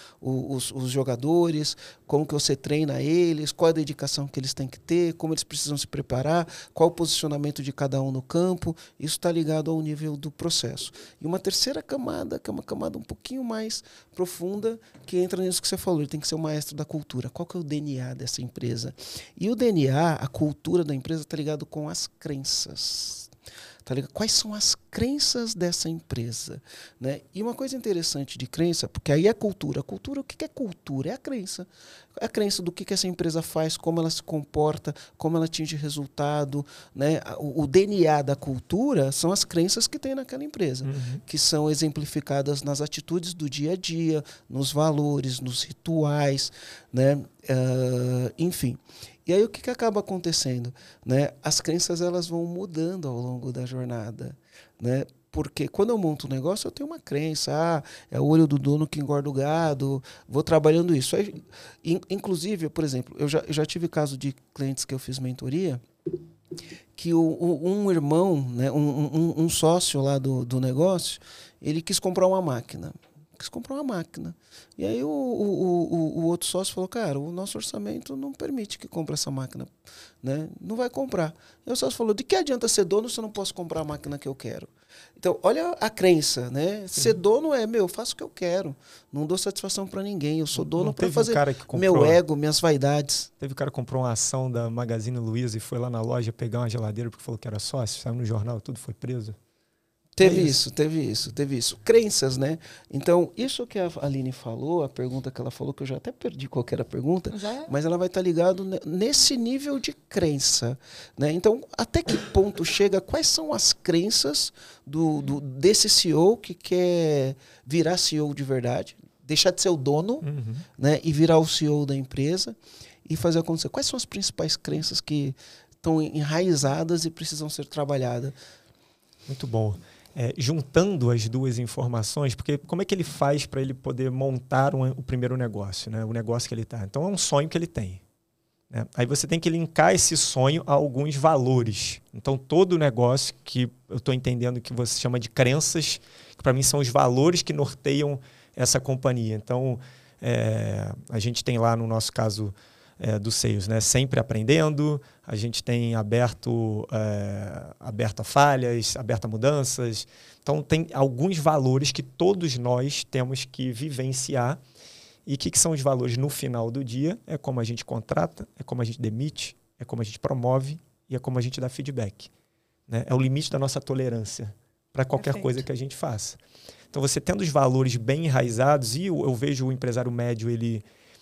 os jogadores, como que você treina eles, qual a dedicação que eles têm que ter, como eles precisam se preparar, qual o posicionamento de cada um no campo. Isso está ligado ao nível do processo. E uma terceira camada, que é uma camada um pouquinho mais profunda, que entra nisso que você falou. Ele tem que ser o maestro da cultura. Qual que é o DNA dessa empresa? E o DNA, a cultura da empresa, está ligado com as crenças. Tá ligado? Quais são as crenças dessa empresa? Né? E uma coisa interessante de crença, porque aí é cultura. Cultura, o que é cultura? É a crença. É a crença do que essa empresa faz, como ela se comporta, como ela atinge resultado. Né? O DNA da cultura são as crenças que tem naquela empresa, que são exemplificadas nas atitudes do dia a dia, nos valores, nos rituais, né? Enfim. E aí o que acaba acontecendo? Né? As crenças elas vão mudando ao longo da jornada. Né? Porque quando eu monto um negócio, eu tenho uma crença. É o olho do dono que engorda o gado. Vou trabalhando isso. Aí, inclusive, por exemplo, eu já tive caso de clientes que eu fiz mentoria, que um irmão, né, um sócio lá do negócio, ele quis comprar uma máquina. E aí o outro sócio falou, cara, o nosso orçamento não permite que compre essa máquina, né? Não vai comprar. E o sócio falou, de que adianta ser dono se eu não posso comprar a máquina que eu quero? Então, olha a crença, né? Ser dono eu faço o que eu quero. Não dou satisfação para ninguém. Eu sou dono para fazer meu ego, minhas vaidades. Teve um cara que comprou uma ação da Magazine Luiza e foi lá na loja pegar uma geladeira porque falou que era sócio, saiu no jornal, tudo foi preso. Teve isso. Crenças, né? Então, isso que a Aline falou, a pergunta que ela falou, que eu já até perdi qual que era a pergunta, mas ela vai estar ligada nesse nível de crença, né? Então, até que ponto chega, quais são as crenças desse CEO que quer virar CEO de verdade, deixar de ser o dono, né? E virar o CEO da empresa e fazer acontecer. Quais são as principais crenças que estão enraizadas e precisam ser trabalhadas? Muito bom. juntando as duas informações, porque como é que ele faz para ele poder montar o primeiro negócio, né? O negócio que ele está? Então, é um sonho que ele tem. Né? Aí você tem que linkar esse sonho a alguns valores. Então, todo negócio que eu estou entendendo que você chama de crenças, que para mim são os valores que norteiam essa companhia. Então, a gente tem lá, no nosso caso do Sales, né? Sempre aprendendo, a gente tem aberto a falhas, aberto a mudanças. Então, tem alguns valores que todos nós temos que vivenciar. E o que são os valores no final do dia? É como a gente contrata, é como a gente demite, é como a gente promove e é como a gente dá feedback. Né? É o limite da nossa tolerância para qualquer coisa que a gente faça. Então, você tendo os valores bem enraizados, e eu vejo o empresário médio, ele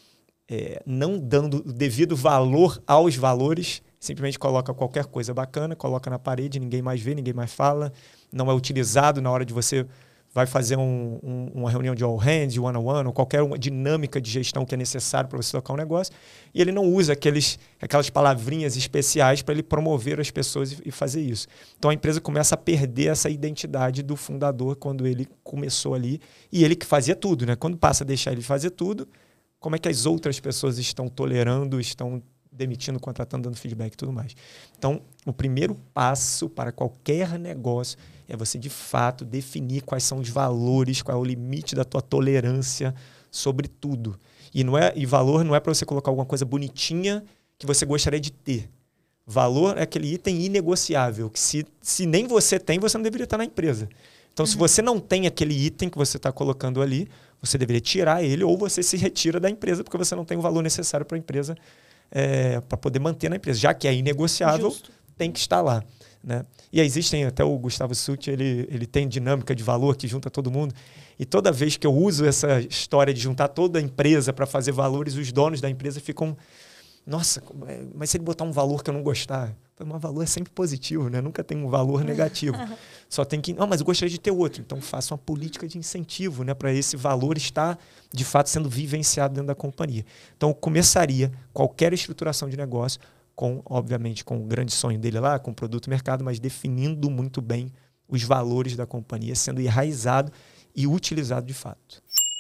não dando o devido valor aos valores, simplesmente coloca qualquer coisa bacana, coloca na parede, ninguém mais vê, ninguém mais fala, não é utilizado na hora de você vai fazer uma reunião de all hands, de one-on-one, ou qualquer uma dinâmica de gestão que é necessário para você tocar um negócio, e ele não usa aquelas palavrinhas especiais para ele promover as pessoas e fazer isso. Então a empresa começa a perder essa identidade do fundador quando ele começou ali, e ele que fazia tudo, né? Quando passa a deixar ele fazer tudo, como é que as outras pessoas estão tolerando, estão demitindo, contratando, dando feedback e tudo mais. Então, o primeiro passo para qualquer negócio é você, de fato, definir quais são os valores, qual é o limite da tua tolerância sobre tudo. E valor não é para você colocar alguma coisa bonitinha que você gostaria de ter. Valor é aquele item inegociável, que se nem você tem, você não deveria estar na empresa. Então, se você não tem aquele item que você está colocando ali, você deveria tirar ele ou você se retira da empresa porque você não tem o valor necessário para a empresa, para poder manter na empresa. Já que é inegociável, justo, tem que estar lá. Né? E existem, até o Gustavo Sutti, ele tem dinâmica de valor que junta todo mundo. E toda vez que eu uso essa história de juntar toda a empresa para fazer valores, os donos da empresa ficam... Nossa, mas se ele botar um valor que eu não gostar... Mas valor é sempre positivo, né? Nunca tem um valor negativo. Só tem que... Não, mas eu gostaria de ter outro. Então, faça uma política de incentivo, né? Para esse valor estar, de fato, sendo vivenciado dentro da companhia. Então, eu começaria qualquer estruturação de negócio obviamente, com o grande sonho dele lá, com o produto e mercado, mas definindo muito bem os valores da companhia, sendo enraizado e utilizado de fato.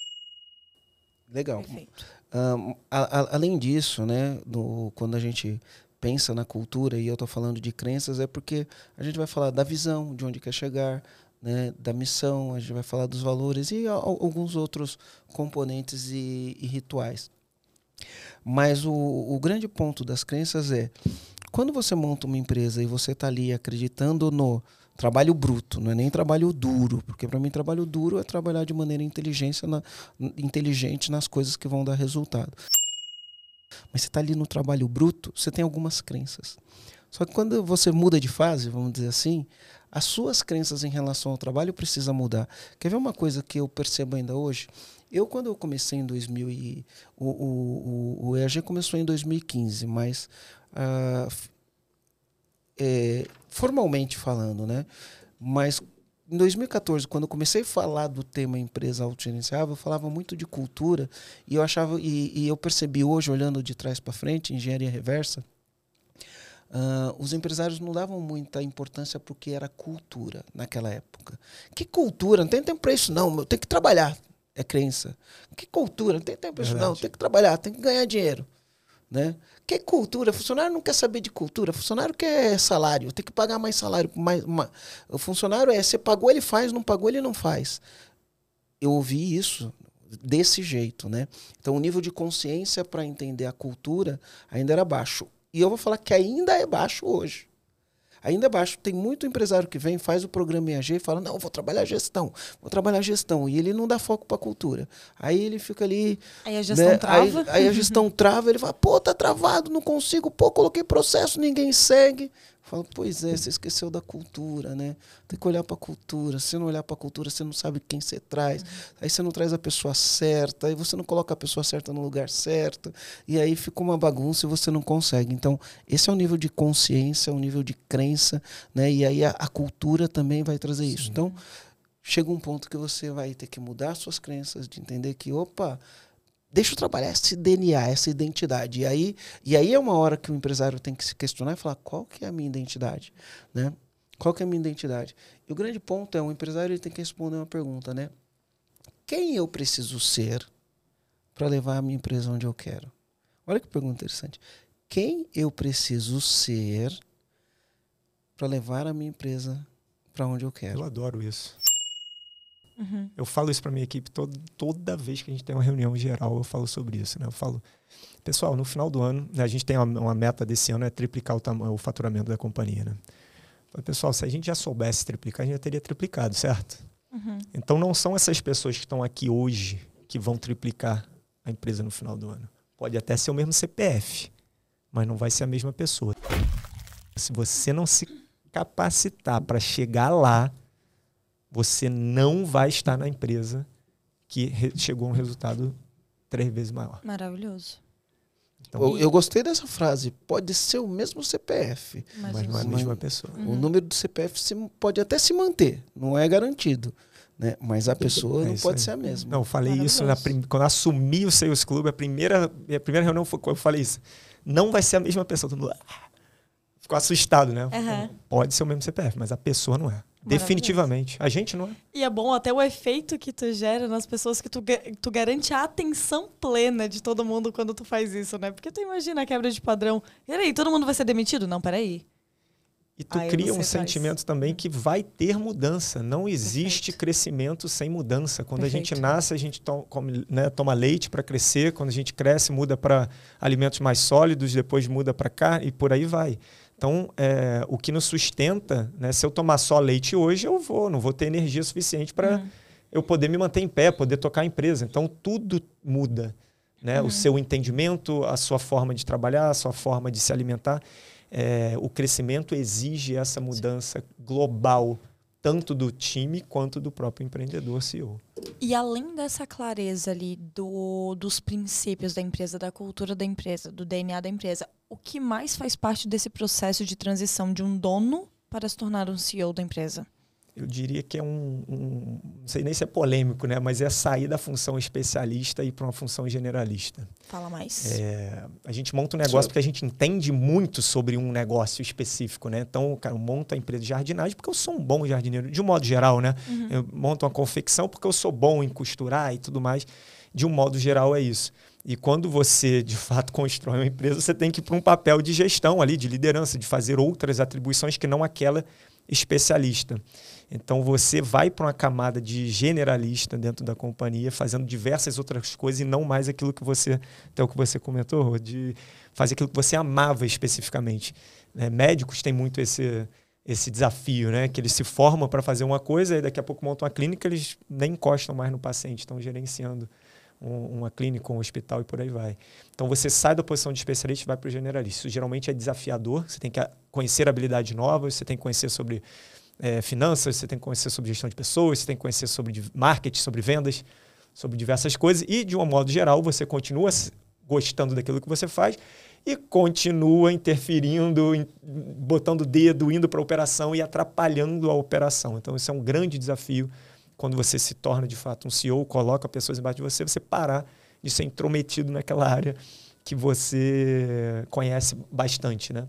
Legal. Além disso, né, quando a gente pensa na cultura, e eu estou falando de crenças, é porque a gente vai falar da visão, de onde quer chegar, né, da missão, a gente vai falar dos valores e alguns outros componentes e rituais. Mas o grande ponto das crenças é, quando você monta uma empresa e você está ali acreditando no trabalho bruto, não é nem trabalho duro, porque para mim trabalho duro é trabalhar de maneira inteligente nas coisas que vão dar resultado. Mas você está ali no trabalho bruto, você tem algumas crenças. Só que quando você muda de fase, vamos dizer assim, as suas crenças em relação ao trabalho precisam mudar. Quer ver uma coisa que eu percebo ainda hoje? Quando eu comecei em 2000 o EAG começou em 2015, mas formalmente falando, né? Mas em 2014, quando eu comecei a falar do tema empresa autogerenciável, eu falava muito de cultura e eu achava e eu percebi hoje, olhando de trás para frente, engenharia reversa, os empresários não davam muita importância para o que era cultura naquela época. Que cultura? Não tem tempo para isso não, eu tenho que trabalhar. É crença. Que cultura? Não tem tempo para isso não, tem que trabalhar, tem que ganhar dinheiro. Né? Que cultura? Funcionário não quer saber de cultura, funcionário quer salário, tem que pagar mais salário. O funcionário você pagou, ele faz, não pagou, ele não faz. Eu ouvi isso desse jeito. Né? Então o nível de consciência para entender a cultura ainda era baixo. E eu vou falar que ainda é baixo hoje. Ainda é baixo. Tem muito empresário que vem, faz o programa EAG e fala, não, vou trabalhar gestão. E ele não dá foco para a cultura. Aí ele fica ali... Aí a gestão trava. Aí a gestão trava, ele fala, pô, tá travado, não consigo, pô, coloquei processo, ninguém segue. Fala, pois é, você esqueceu da cultura, né? Tem que olhar para a cultura. Se não olhar para a cultura, você não sabe quem você traz. Aí você não traz a pessoa certa, aí você não coloca a pessoa certa no lugar certo, e aí fica uma bagunça e você não consegue. Então, esse é o nível de consciência, é o nível de crença, né? E aí a cultura também vai trazer isso. Então, chega um ponto que você vai ter que mudar suas crenças, de entender que, opa, deixa eu trabalhar esse DNA, essa identidade. E aí é uma hora que o empresário tem que se questionar e falar, qual que é a minha identidade? Né? Qual que é a minha identidade? E o grande ponto é, o empresário ele tem que responder uma pergunta, né? Quem eu preciso ser para levar a minha empresa onde eu quero? Olha que pergunta interessante. Quem eu preciso ser para levar a minha empresa para onde eu quero? Eu adoro isso. Eu falo isso para minha equipe toda vez que a gente tem uma reunião geral, eu falo sobre isso, né? Eu falo, pessoal, no final do ano, né, a gente tem uma meta desse ano, é triplicar o faturamento da companhia, né? Então, pessoal, se a gente já soubesse triplicar, a gente já teria triplicado, certo? Então não são essas pessoas que estão aqui hoje que vão triplicar a empresa no final do ano. Pode até ser o mesmo CPF, mas não vai ser a mesma pessoa. Se você não se capacitar para chegar lá, você não vai estar na empresa que chegou a um resultado 3 vezes maior. Maravilhoso. Então, eu gostei dessa frase. Pode ser o mesmo CPF. Mas não é a mesma pessoa. O número do CPF pode até se manter. Não é garantido. Né? Mas a pessoa não pode ser a mesma. Não, eu falei isso quando eu assumi o Sales Club. A primeira reunião foi quando eu falei isso. Não vai ser a mesma pessoa. Todo mundo ficou assustado, né? Pode ser o mesmo CPF, mas a pessoa não é. Definitivamente. A gente não é. E é bom até o efeito que tu gera nas pessoas, que tu garante a atenção plena de todo mundo quando tu faz isso, né? Porque tu imagina a quebra de padrão. E aí, todo mundo vai ser demitido? Não, peraí. E tu cria um sentimento também que vai ter mudança. Não existe crescimento sem mudança. Quando a gente nasce, a gente toma leite para crescer. Quando a gente cresce, muda para alimentos mais sólidos, depois muda para carne e por aí vai. Então, o que nos sustenta, né, se eu tomar só leite hoje, não vou ter energia suficiente para eu poder me manter em pé, poder tocar a empresa. Então, tudo muda. Né? O seu entendimento, a sua forma de trabalhar, a sua forma de se alimentar. O crescimento exige essa mudança global, tanto do time quanto do próprio empreendedor CEO. E além dessa clareza ali dos princípios da empresa, da cultura da empresa, do DNA da empresa, o que mais faz parte desse processo de transição de um dono para se tornar um CEO da empresa? Eu diria que é não sei nem se é polêmico, né? Mas é sair da função especialista e ir para uma função generalista. Fala mais. A gente monta um negócio porque a gente entende muito sobre um negócio específico, né? Então, cara, eu monto a empresa de jardinagem porque eu sou um bom jardineiro, de um modo geral, né? Eu monto uma confecção porque eu sou bom em costurar e tudo mais. De um modo geral é isso. E quando você, de fato, constrói uma empresa, você tem que ir para um papel de gestão ali, de liderança, de fazer outras atribuições que não aquela especialista. Então, você vai para uma camada de generalista dentro da companhia, fazendo diversas outras coisas e não mais aquilo que você, até o que você comentou, de fazer aquilo que você amava especificamente. Médicos têm muito esse desafio, né? Que eles se formam para fazer uma coisa e daqui a pouco montam uma clínica, eles nem encostam mais no paciente, estão gerenciando uma clínica, um hospital e por aí vai. Então, você sai da posição de especialista e vai para o generalista. Isso geralmente é desafiador, você tem que conhecer habilidades novas, você tem que conhecer sobre finanças, você tem que conhecer sobre gestão de pessoas, você tem que conhecer sobre marketing, sobre vendas, sobre diversas coisas. E, de um modo geral, você continua gostando daquilo que você faz e continua interferindo, botando o dedo, indo para a operação e atrapalhando a operação. Então, isso é um grande desafio quando você se torna, de fato, um CEO, coloca pessoas embaixo de você parar de ser intrometido naquela área que você conhece bastante, né?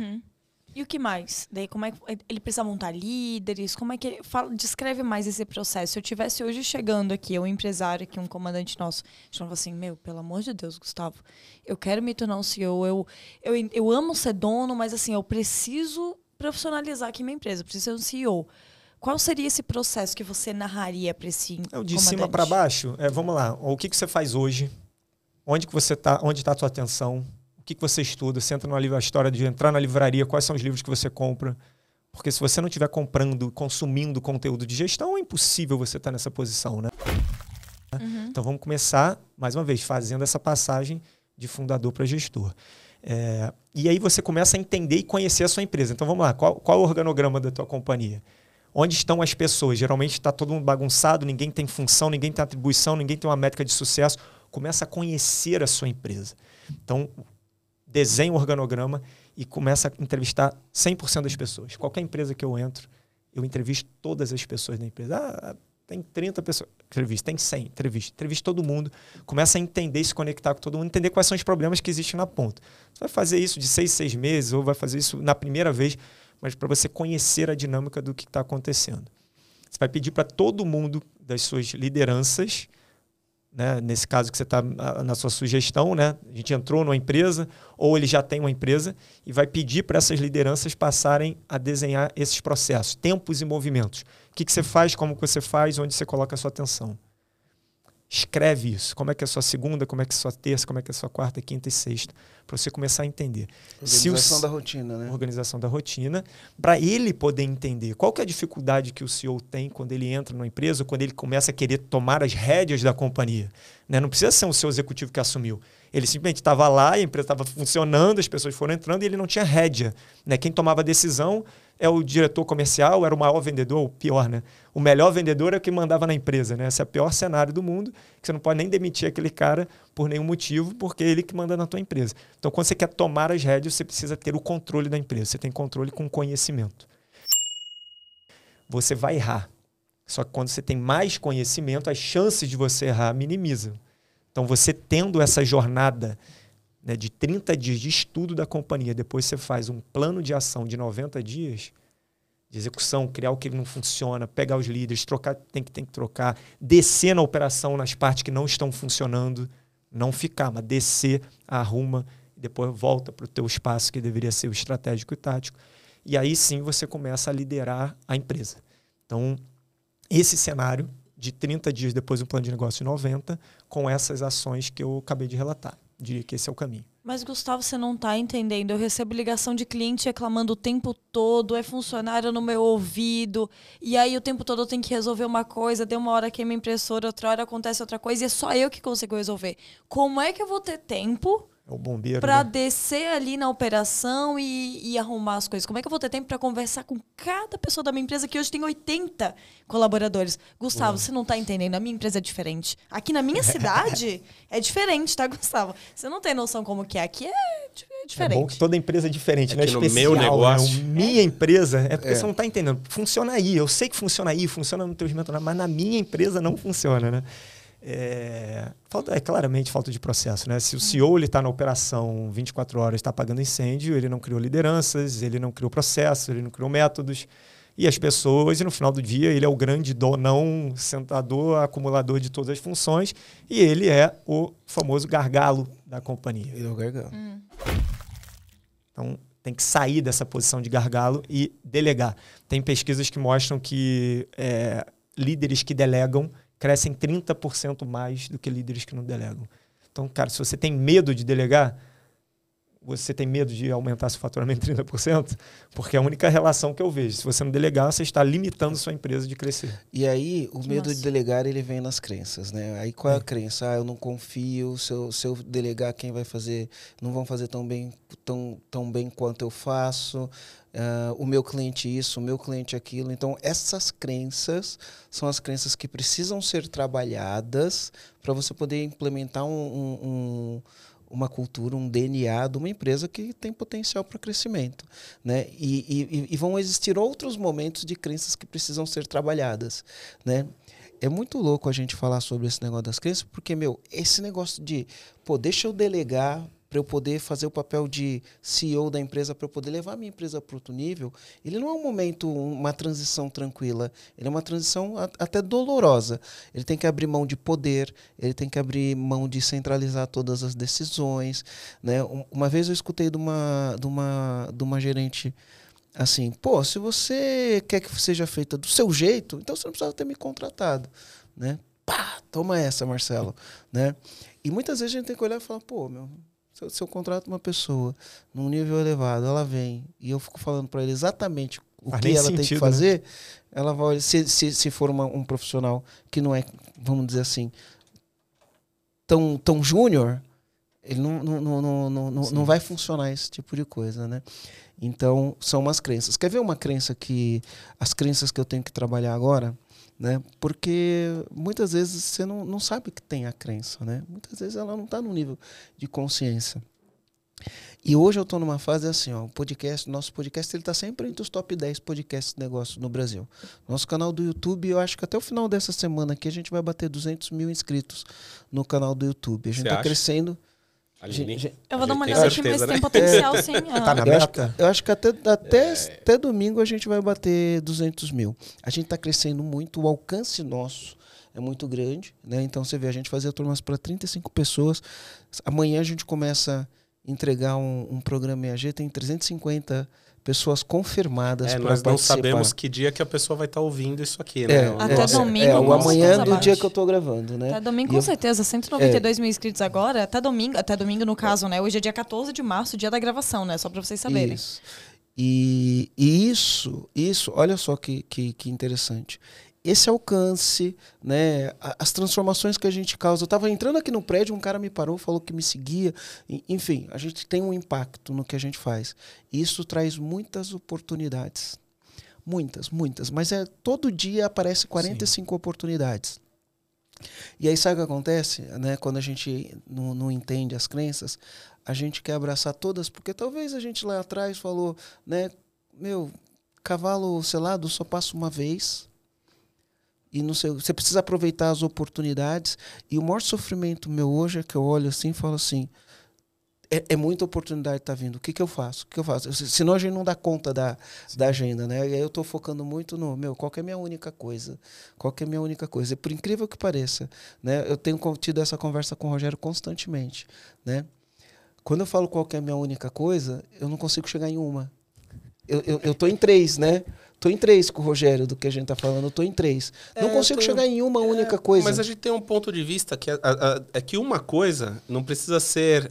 E o que mais? Daí, como é que ele precisa montar líderes? Como é que descreve mais esse processo? Se eu tivesse hoje chegando aqui, um empresário aqui, um comandante nosso, a gente falava assim, pelo amor de Deus, Gustavo, eu quero me tornar um CEO, eu amo ser dono, mas assim, eu preciso profissionalizar aqui minha empresa, preciso ser um CEO. Qual seria esse processo que você narraria para esse comandante? De cima para baixo, vamos lá, o que você faz hoje? Onde que você está? Onde está a tua atenção? O que você estuda? Você entra a história de entrar na livraria, quais são os livros que você compra? Porque se você não estiver comprando, consumindo conteúdo de gestão, é impossível você estar nessa posição, né? Então vamos começar, mais uma vez, fazendo essa passagem de fundador para gestor. E aí você começa a entender e conhecer a sua empresa. Então vamos lá, qual é o organograma da tua companhia? Onde estão as pessoas? Geralmente está todo mundo bagunçado, ninguém tem função, ninguém tem atribuição, ninguém tem uma métrica de sucesso. Começa a conhecer a sua empresa. Então, desenha o organograma e começa a entrevistar 100% das pessoas. Qualquer empresa que eu entro, eu entrevisto todas as pessoas da empresa. Tem 30 pessoas. Entrevista, tem 100. Entrevista todo mundo. Começa a entender e se conectar com todo mundo, entender quais são os problemas que existem na ponta. Você vai fazer isso de 6 meses ou vai fazer isso na primeira vez. mas para você conhecer a dinâmica do que está acontecendo. Você vai pedir para todo mundo das suas lideranças, né? Nesse caso que você está na sua sugestão, né? A gente entrou numa empresa ou ele já tem uma empresa e vai pedir para essas lideranças passarem a desenhar esses processos, tempos e movimentos. O que você faz, como que você faz, onde você coloca a sua atenção. Escreve isso. Como é que é a sua segunda, como é que é a sua terça, como é que é a sua quarta, quinta e sexta, para você começar a entender. Organização da rotina, né? Organização da rotina, para ele poder entender qual que é a dificuldade que o CEO tem quando ele entra numa empresa, quando ele começa a querer tomar as rédeas da companhia. Né? Não precisa ser um seu executivo que assumiu. Ele simplesmente estava lá, a empresa estava funcionando, as pessoas foram entrando e ele não tinha rédea. Né? Quem tomava a decisão é o diretor comercial, era o maior vendedor, ou pior, né? O melhor vendedor é o que mandava na empresa, né? Esse é o pior cenário do mundo, que você não pode nem demitir aquele cara por nenhum motivo, porque é ele que manda na tua empresa. Então, quando você quer tomar as rédeas, você precisa ter o controle da empresa. Você tem controle com conhecimento. Você vai errar. Só que quando você tem mais conhecimento, as chances de você errar minimizam. Então, você tendo essa jornada, né, de 30 dias de estudo da companhia, depois você faz um plano de ação de 90 dias, de execução, criar o que não funciona, pegar os líderes, trocar, tem que trocar, descer na operação nas partes que não estão funcionando, não ficar, mas descer, arruma, e depois volta para o teu espaço que deveria ser o estratégico e tático. E aí sim você começa a liderar a empresa. Então, esse cenário de 30 dias depois do plano de negócio de 90, com essas ações que eu acabei de relatar. Diria que esse é o caminho. Mas, Gustavo, você não está entendendo. Eu recebo ligação de cliente reclamando o tempo todo, é funcionário no meu ouvido, e aí o tempo todo eu tenho que resolver uma coisa, deu uma hora queima a impressora, outra hora acontece outra coisa, e é só eu que consigo resolver. Como é que eu vou ter tempo o bombeiro, para né? descer ali na operação e arrumar as coisas? Como é que eu vou ter tempo para conversar com cada pessoa da minha empresa, que hoje tem 80 colaboradores? Gustavo, você não está entendendo. A minha empresa é diferente. Aqui na minha cidade é diferente, tá, Gustavo? Você não tem noção como que é. Aqui é diferente. É bom que toda empresa é diferente, né? No Especial, meu negócio... Né? Minha empresa, é porque você não está entendendo. Funciona aí. Eu sei que funciona aí, funciona no teu mentor, mas na minha empresa não funciona, né? Claramente falta de processo, né? Se o CEO está na operação 24 horas, está apagando incêndio, ele não criou lideranças, ele não criou processos, ele não criou métodos, e as pessoas, e no final do dia ele é o grande donão, sentador, acumulador de todas as funções, e ele é o famoso gargalo da companhia. Ele é o gargalo. Então tem que sair dessa posição de gargalo e delegar. Tem pesquisas que mostram que líderes que delegam crescem 30% mais do que líderes que não delegam. Então, cara, se você tem medo de delegar, você tem medo de aumentar seu faturamento em 30%, porque é a única relação que eu vejo. Se você não delegar, você está limitando sua empresa de crescer. E aí, o medo de delegar, ele vem nas crenças, né? Aí, qual é a crença? Eu não confio, se eu delegar, quem vai fazer? Não vão fazer tão bem quanto eu faço. O meu cliente isso, o meu cliente aquilo. Então, essas crenças são as crenças que precisam ser trabalhadas para você poder implementar uma cultura, um DNA de uma empresa que tem potencial para crescimento, né? E vão existir outros momentos de crenças que precisam ser trabalhadas, né? É muito louco a gente falar sobre esse negócio das crenças, porque, esse negócio de, deixa eu delegar para eu poder fazer o papel de CEO da empresa, para eu poder levar a minha empresa para outro nível, ele não é um momento, uma transição tranquila, ele é uma transição até dolorosa. Ele tem que abrir mão de poder, ele tem que abrir mão de centralizar todas as decisões, né? Uma vez eu escutei de uma gerente assim, se você quer que seja feita do seu jeito, então você não precisa ter me contratado, né? Toma essa, Marcelo, né? E muitas vezes a gente tem que olhar e falar, se eu contrato uma pessoa num nível elevado, ela vem e eu fico falando para ela exatamente o que ela tem que fazer, né? Ela vai, se for um profissional que não é, vamos dizer assim, tão júnior, ele não vai funcionar esse tipo de coisa, né? Então, são umas crenças. Quer ver uma crença as crenças que eu tenho que trabalhar agora? Né? Porque muitas vezes você não sabe que tem a crença, né? Muitas vezes ela não está no nível de consciência. E hoje eu estou numa fase assim, nosso podcast ele está sempre entre os top 10 podcasts de negócio no Brasil. Nosso canal do YouTube, eu acho que até o final dessa semana aqui a gente vai bater 200 mil inscritos no canal do YouTube. A gente está crescendo. Eu vou dar uma olhada aqui, mas tem potencial, sim. Tá na meta? Eu acho que até domingo a gente vai bater 200 mil. A gente está crescendo muito, o alcance nosso é muito grande, né? Então você vê, a gente fazia turmas para 35 pessoas. Amanhã a gente começa a entregar um programa EAG, tem 350 pessoas confirmadas para participar. Nós não sabemos que dia que a pessoa vai estar ouvindo isso aqui, né? Até domingo. O amanhã do dia que eu estou gravando, né? Até domingo, com certeza. 192 mil inscritos agora. Até domingo no caso, né? Hoje é dia 14 de março, dia da gravação, né? Só para vocês saberem. Isso. E isso, olha só que interessante. Esse alcance, né, as transformações que a gente causa. Eu estava entrando aqui no prédio, um cara me parou, falou que me seguia. Enfim, a gente tem um impacto no que a gente faz. Isso traz muitas oportunidades. Muitas. Mas todo dia aparece 45 oportunidades. E aí sabe o que acontece? Né, quando a gente não entende as crenças, a gente quer abraçar todas, porque talvez a gente lá atrás falou, né, cavalo selado só passa uma vez. E não sei, você precisa aproveitar as oportunidades. E o maior sofrimento meu hoje é que eu olho assim e falo assim, é muita oportunidade que está vindo. O que eu faço? Senão a gente não dá conta da agenda, né? E aí eu estou focando muito no, qual que é a minha única coisa? E por incrível que pareça, né? Eu tenho tido essa conversa com o Rogério constantemente, né? Quando eu falo qual que é a minha única coisa, eu não consigo chegar em uma. Eu tô em 3, né? Tô em 3 com o Rogério do que a gente tá falando. Eu tô em 3. Não consigo chegar em uma única coisa. Mas a gente tem um ponto de vista que é que uma coisa não precisa ser...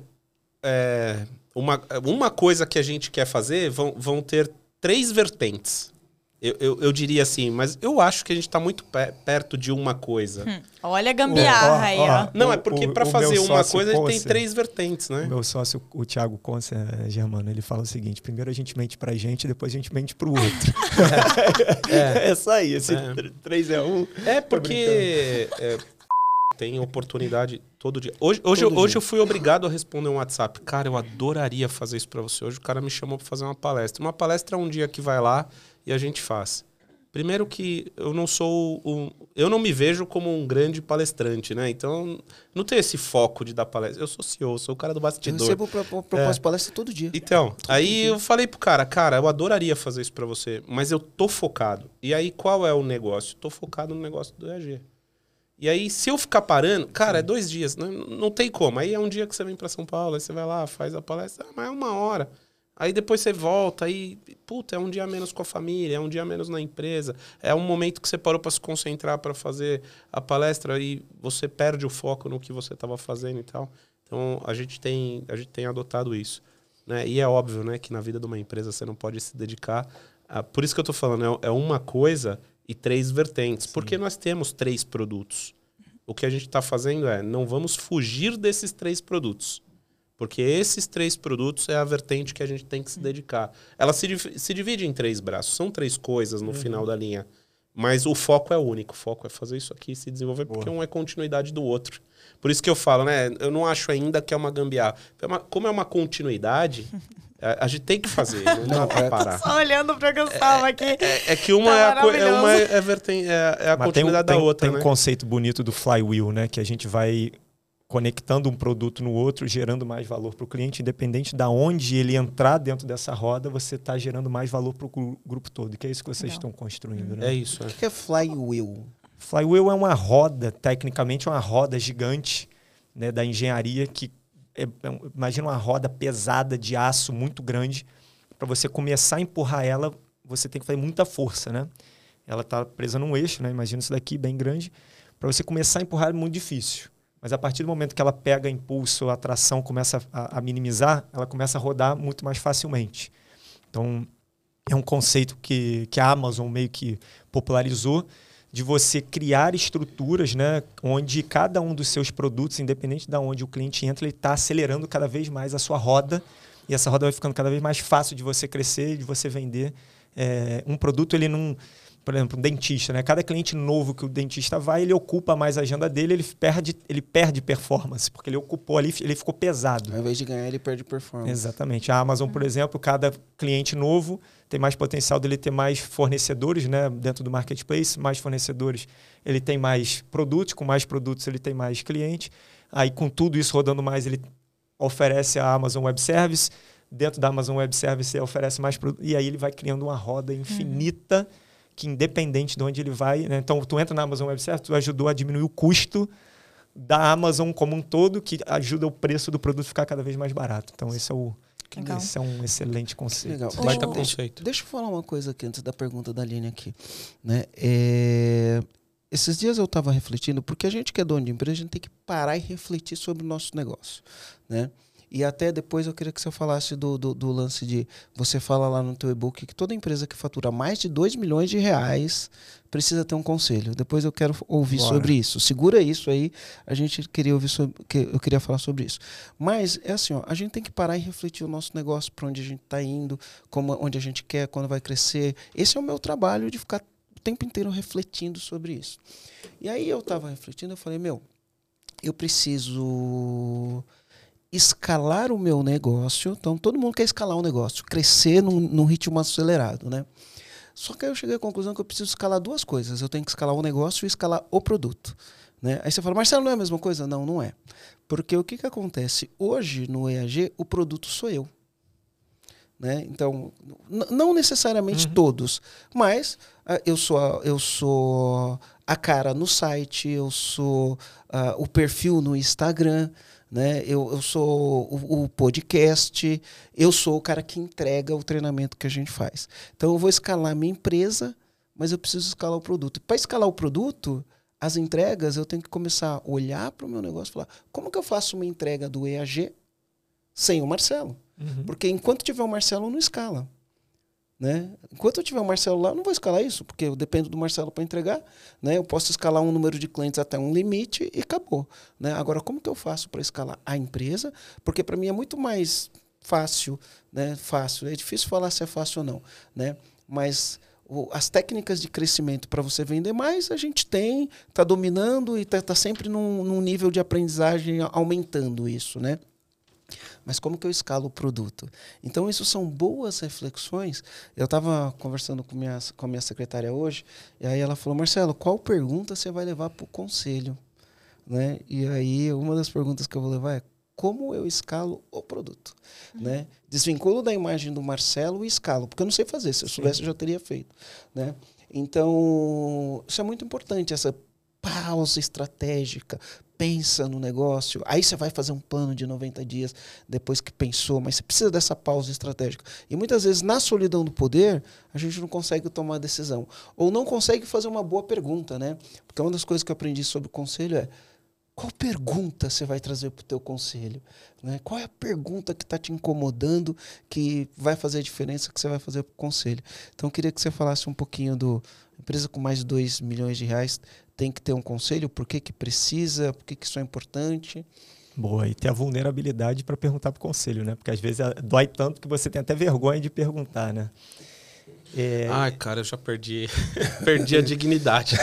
uma coisa que a gente quer fazer vão ter 3 vertentes. Eu diria assim, mas eu acho que a gente está muito perto de uma coisa. Olha a gambiarra aí, ó. Não, é porque para fazer uma coisa a gente tem 3 vertentes, né? O meu sócio, o Thiago Conce, Germano, ele fala o seguinte: primeiro a gente mente pra gente, depois a gente mente pro outro. É isso aí, esse 3 é 1. É porque tem oportunidade todo dia. Hoje eu fui obrigado a responder um WhatsApp. Cara, eu adoraria fazer isso para você. Hoje o cara me chamou para fazer uma palestra. Uma palestra é um dia que vai lá e a gente faz. Primeiro que eu não me vejo como um grande palestrante, né? Então, não tenho esse foco de dar palestra. Eu sou CEO, sou o cara do bastidor. Eu recebo proposta de palestra todo dia. Então, eu falei pro cara, eu adoraria fazer isso pra você, mas eu tô focado. E aí, qual é o negócio? Tô focado no negócio do EAG. E aí, se eu ficar parando, cara, é 2 dias, não tem como. Aí é um dia que você vem pra São Paulo, aí você vai lá, faz a palestra, mas é 1 hora. Aí depois você volta, aí, é um dia a menos com a família, é um dia a menos na empresa, é um momento que você parou para se concentrar para fazer a palestra e você perde o foco no que você estava fazendo e tal. Então, a gente tem adotado isso, né? E é óbvio, né, que na vida de uma empresa você não pode se dedicar... Por isso que eu estou falando, é uma coisa e 3 vertentes, porque nós temos 3 produtos. O que a gente está fazendo não vamos fugir desses 3 produtos. Porque esses 3 produtos é a vertente que a gente tem que se dedicar. Ela se divide em 3 braços. São 3 coisas no final da linha. Mas o foco é único. O foco é fazer isso aqui e se desenvolver, porque um é continuidade do outro. Por isso que eu falo, né? Eu não acho ainda que é uma gambiarra. Como é uma continuidade, a gente tem que fazer. Não dá pra parar. Só olhando pra Gustavo aqui. É que uma é a continuidade da outra, tem um conceito bonito do flywheel, né? Que a gente vai conectando um produto no outro, gerando mais valor para o cliente, independente de onde ele entrar dentro dessa roda, você está gerando mais valor para o grupo todo, que é isso que vocês estão construindo. Né? É isso. O que é flywheel? Flywheel é uma roda, tecnicamente é uma roda gigante, né, da engenharia, que imagina uma roda pesada de aço muito grande. Para você começar a empurrar ela, você tem que fazer muita força. Né? Ela está presa num eixo, né? Imagina isso daqui, bem grande. Para você começar a empurrar é muito difícil. Mas a partir do momento que ela pega impulso, a tração começa a minimizar, ela começa a rodar muito mais facilmente. Então, é um conceito que a Amazon meio que popularizou, de você criar estruturas, né, onde cada um dos seus produtos, independente de onde o cliente entra, ele está acelerando cada vez mais a sua roda, e essa roda vai ficando cada vez mais fácil de você crescer, de você vender. Um produto, ele não... Por exemplo, um dentista, né? Cada cliente novo que o dentista vai, ele ocupa mais a agenda dele, ele perde performance, porque ele ocupou ali, ele ficou pesado. Ao invés de ganhar, ele perde performance. Exatamente. A Amazon, por exemplo, cada cliente novo tem mais potencial dele ter mais fornecedores, né? Dentro do marketplace, mais fornecedores, ele tem mais produtos, com mais produtos ele tem mais clientes. Aí, com tudo isso rodando mais, ele oferece a Amazon Web Service, dentro da Amazon Web Service você oferece mais produtos, e aí ele vai criando uma roda infinita que independente de onde ele vai, né? Então tu entra na Amazon Web Service, tu ajudou a diminuir o custo da Amazon como um todo, que ajuda o preço do produto a ficar cada vez mais barato. Então esse é um excelente conceito. Legal. Deixa eu falar uma coisa aqui antes da pergunta da Aline aqui, né? Esses dias eu estava refletindo, porque a gente que é dono de empresa, a gente tem que parar e refletir sobre o nosso negócio, né? E até depois eu queria que você falasse do lance de... Você fala lá no teu e-book que toda empresa que fatura mais de 2 milhões de reais precisa ter um conselho. Depois eu quero ouvir sobre isso. Segura isso aí. A gente queria ouvir eu queria falar sobre isso. Mas é assim, ó, a gente tem que parar e refletir o nosso negócio, para onde a gente está indo, onde a gente quer, quando vai crescer. Esse é o meu trabalho, de ficar o tempo inteiro refletindo sobre isso. E aí eu estava refletindo, eu falei, eu preciso escalar o meu negócio. Então, todo mundo quer escalar um negócio, crescer num ritmo acelerado, né? Só que aí eu cheguei à conclusão que eu preciso escalar duas coisas. Eu tenho que escalar o negócio e escalar o produto, né? Aí você fala, Marcelo, não é a mesma coisa? Não, não é. Porque o que acontece? Hoje, no EAG, o produto sou eu. Né? Então, não necessariamente todos, mas eu sou a cara no site, eu sou o perfil no Instagram, né? Eu sou o podcast, eu sou o cara que entrega o treinamento que a gente faz. Então eu vou escalar minha empresa, mas eu preciso escalar o produto. Para escalar o produto, as entregas, eu tenho que começar a olhar para o meu negócio e falar, como que eu faço uma entrega do EAG sem o Marcelo? Porque enquanto tiver o Marcelo, não escala. Né? Enquanto eu tiver o Marcelo lá, eu não vou escalar isso, porque eu dependo do Marcelo para entregar. Né? Eu posso escalar um número de clientes até um limite e acabou. Né? Agora, como que eu faço para escalar a empresa? Porque para mim é muito mais fácil, né? Fácil. É difícil falar se é fácil ou não. Né? Mas as técnicas de crescimento para você vender mais, a gente tem, está dominando e está sempre num nível de aprendizagem aumentando isso, né? Mas como que eu escalo o produto? Então, isso são boas reflexões. Eu estava conversando com a minha secretária hoje, e aí ela falou, Marcelo, qual pergunta você vai levar para o conselho? Né? E aí, uma das perguntas que eu vou levar é, como eu escalo o produto? Né? Desvinculo da imagem do Marcelo e escalo, porque eu não sei fazer. Se eu soubesse, eu já teria feito. Né? Então, isso é muito importante, essa pausa estratégica. Pensa no negócio, aí você vai fazer um plano de 90 dias depois que pensou, mas você precisa dessa pausa estratégica. E muitas vezes, na solidão do poder, a gente não consegue tomar decisão. Ou não consegue fazer uma boa pergunta, né? Porque uma das coisas que eu aprendi sobre o conselho é, qual pergunta você vai trazer para o teu conselho? Né? Qual é a pergunta que está te incomodando, que vai fazer a diferença que você vai fazer para o conselho? Então, eu queria que você falasse um pouquinho do empresa com mais de 2 milhões de reais, tem que ter um conselho, por que precisa, por que isso é importante. Boa, e ter a vulnerabilidade para perguntar para o conselho, né? Porque às vezes dói tanto que você tem até vergonha de perguntar, né? Ai, cara, eu já perdi a dignidade.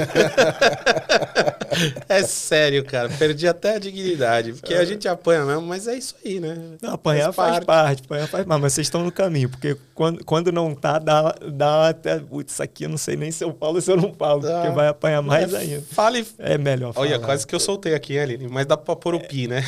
É sério, cara, perdi até a dignidade, porque a gente apanha mesmo, mas é isso aí, né? Não, apanhar faz parte, mas vocês estão no caminho, porque quando não tá, dá até, isso aqui eu não sei nem se eu falo ou se eu não falo, porque vai apanhar mais ainda. Fale. É melhor falar. Olha, quase que eu soltei aqui, Aline, mas dá pra pôr o pi, né?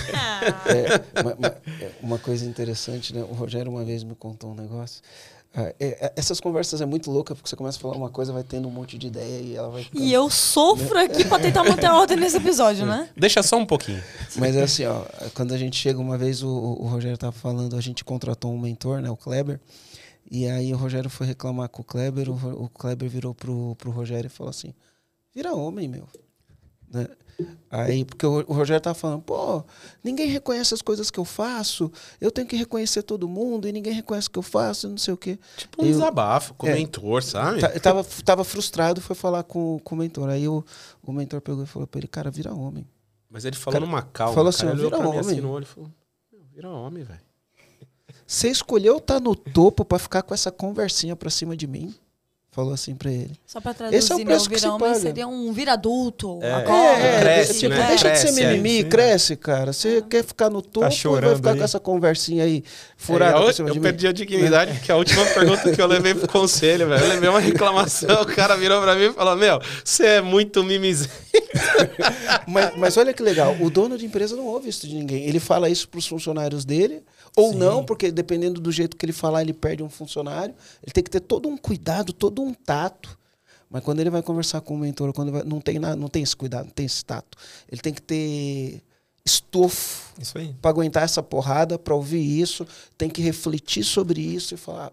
Uma coisa interessante, né? O Rogério uma vez me contou um negócio. Essas conversas é muito louca, porque você começa a falar uma coisa, vai tendo um monte de ideia e ela vai ficando... E eu sofro aqui pra tentar manter a ordem nesse episódio, né? Deixa só um pouquinho. Mas é assim, ó, quando a gente chega, uma vez o Rogério tava falando, a gente contratou um mentor, né, o Kleber, e aí o Rogério foi reclamar com o Kleber, o Kleber virou pro Rogério e falou assim, vira homem, meu. Né? Aí, porque o Rogério tava falando, pô, ninguém reconhece as coisas que eu faço, eu tenho que reconhecer todo mundo e ninguém reconhece o que eu faço, não sei o quê. Tipo um desabafo com o mentor, sabe? Tava frustrado, foi falar com o mentor. Aí o mentor pegou e falou pra ele, cara, vira homem. Mas ele falou numa calma, falou assim, cara, ele olhou vira pra mim homem. assim no olho e falou, vira homem, velho. Você escolheu estar no topo pra ficar com essa conversinha pra cima de mim? falou assim para ele. Só para traduzir, esse é o preço que se paga. Seria um vira-adulto, cresce, né? Deixa de ser mimimi, cresce, cara. Você quer ficar no topo ou vai ficar com essa conversinha aí furada por cima de mim? Eu perdi a dignidade, porque a última pergunta que eu levei pro conselho, velho, eu levei uma reclamação, o cara virou para mim e falou, meu, você é muito mimizento. mas olha que legal, o dono de empresa não ouve isso de ninguém. Ele fala isso pros funcionários dele, ou não, porque dependendo do jeito que ele falar, ele perde um funcionário. Ele tem que ter todo um cuidado, todo um tato. Mas quando ele vai conversar com o mentor, não tem esse cuidado, não tem esse tato. Ele tem que ter estofo para aguentar essa porrada, para ouvir isso, tem que refletir sobre isso e falar,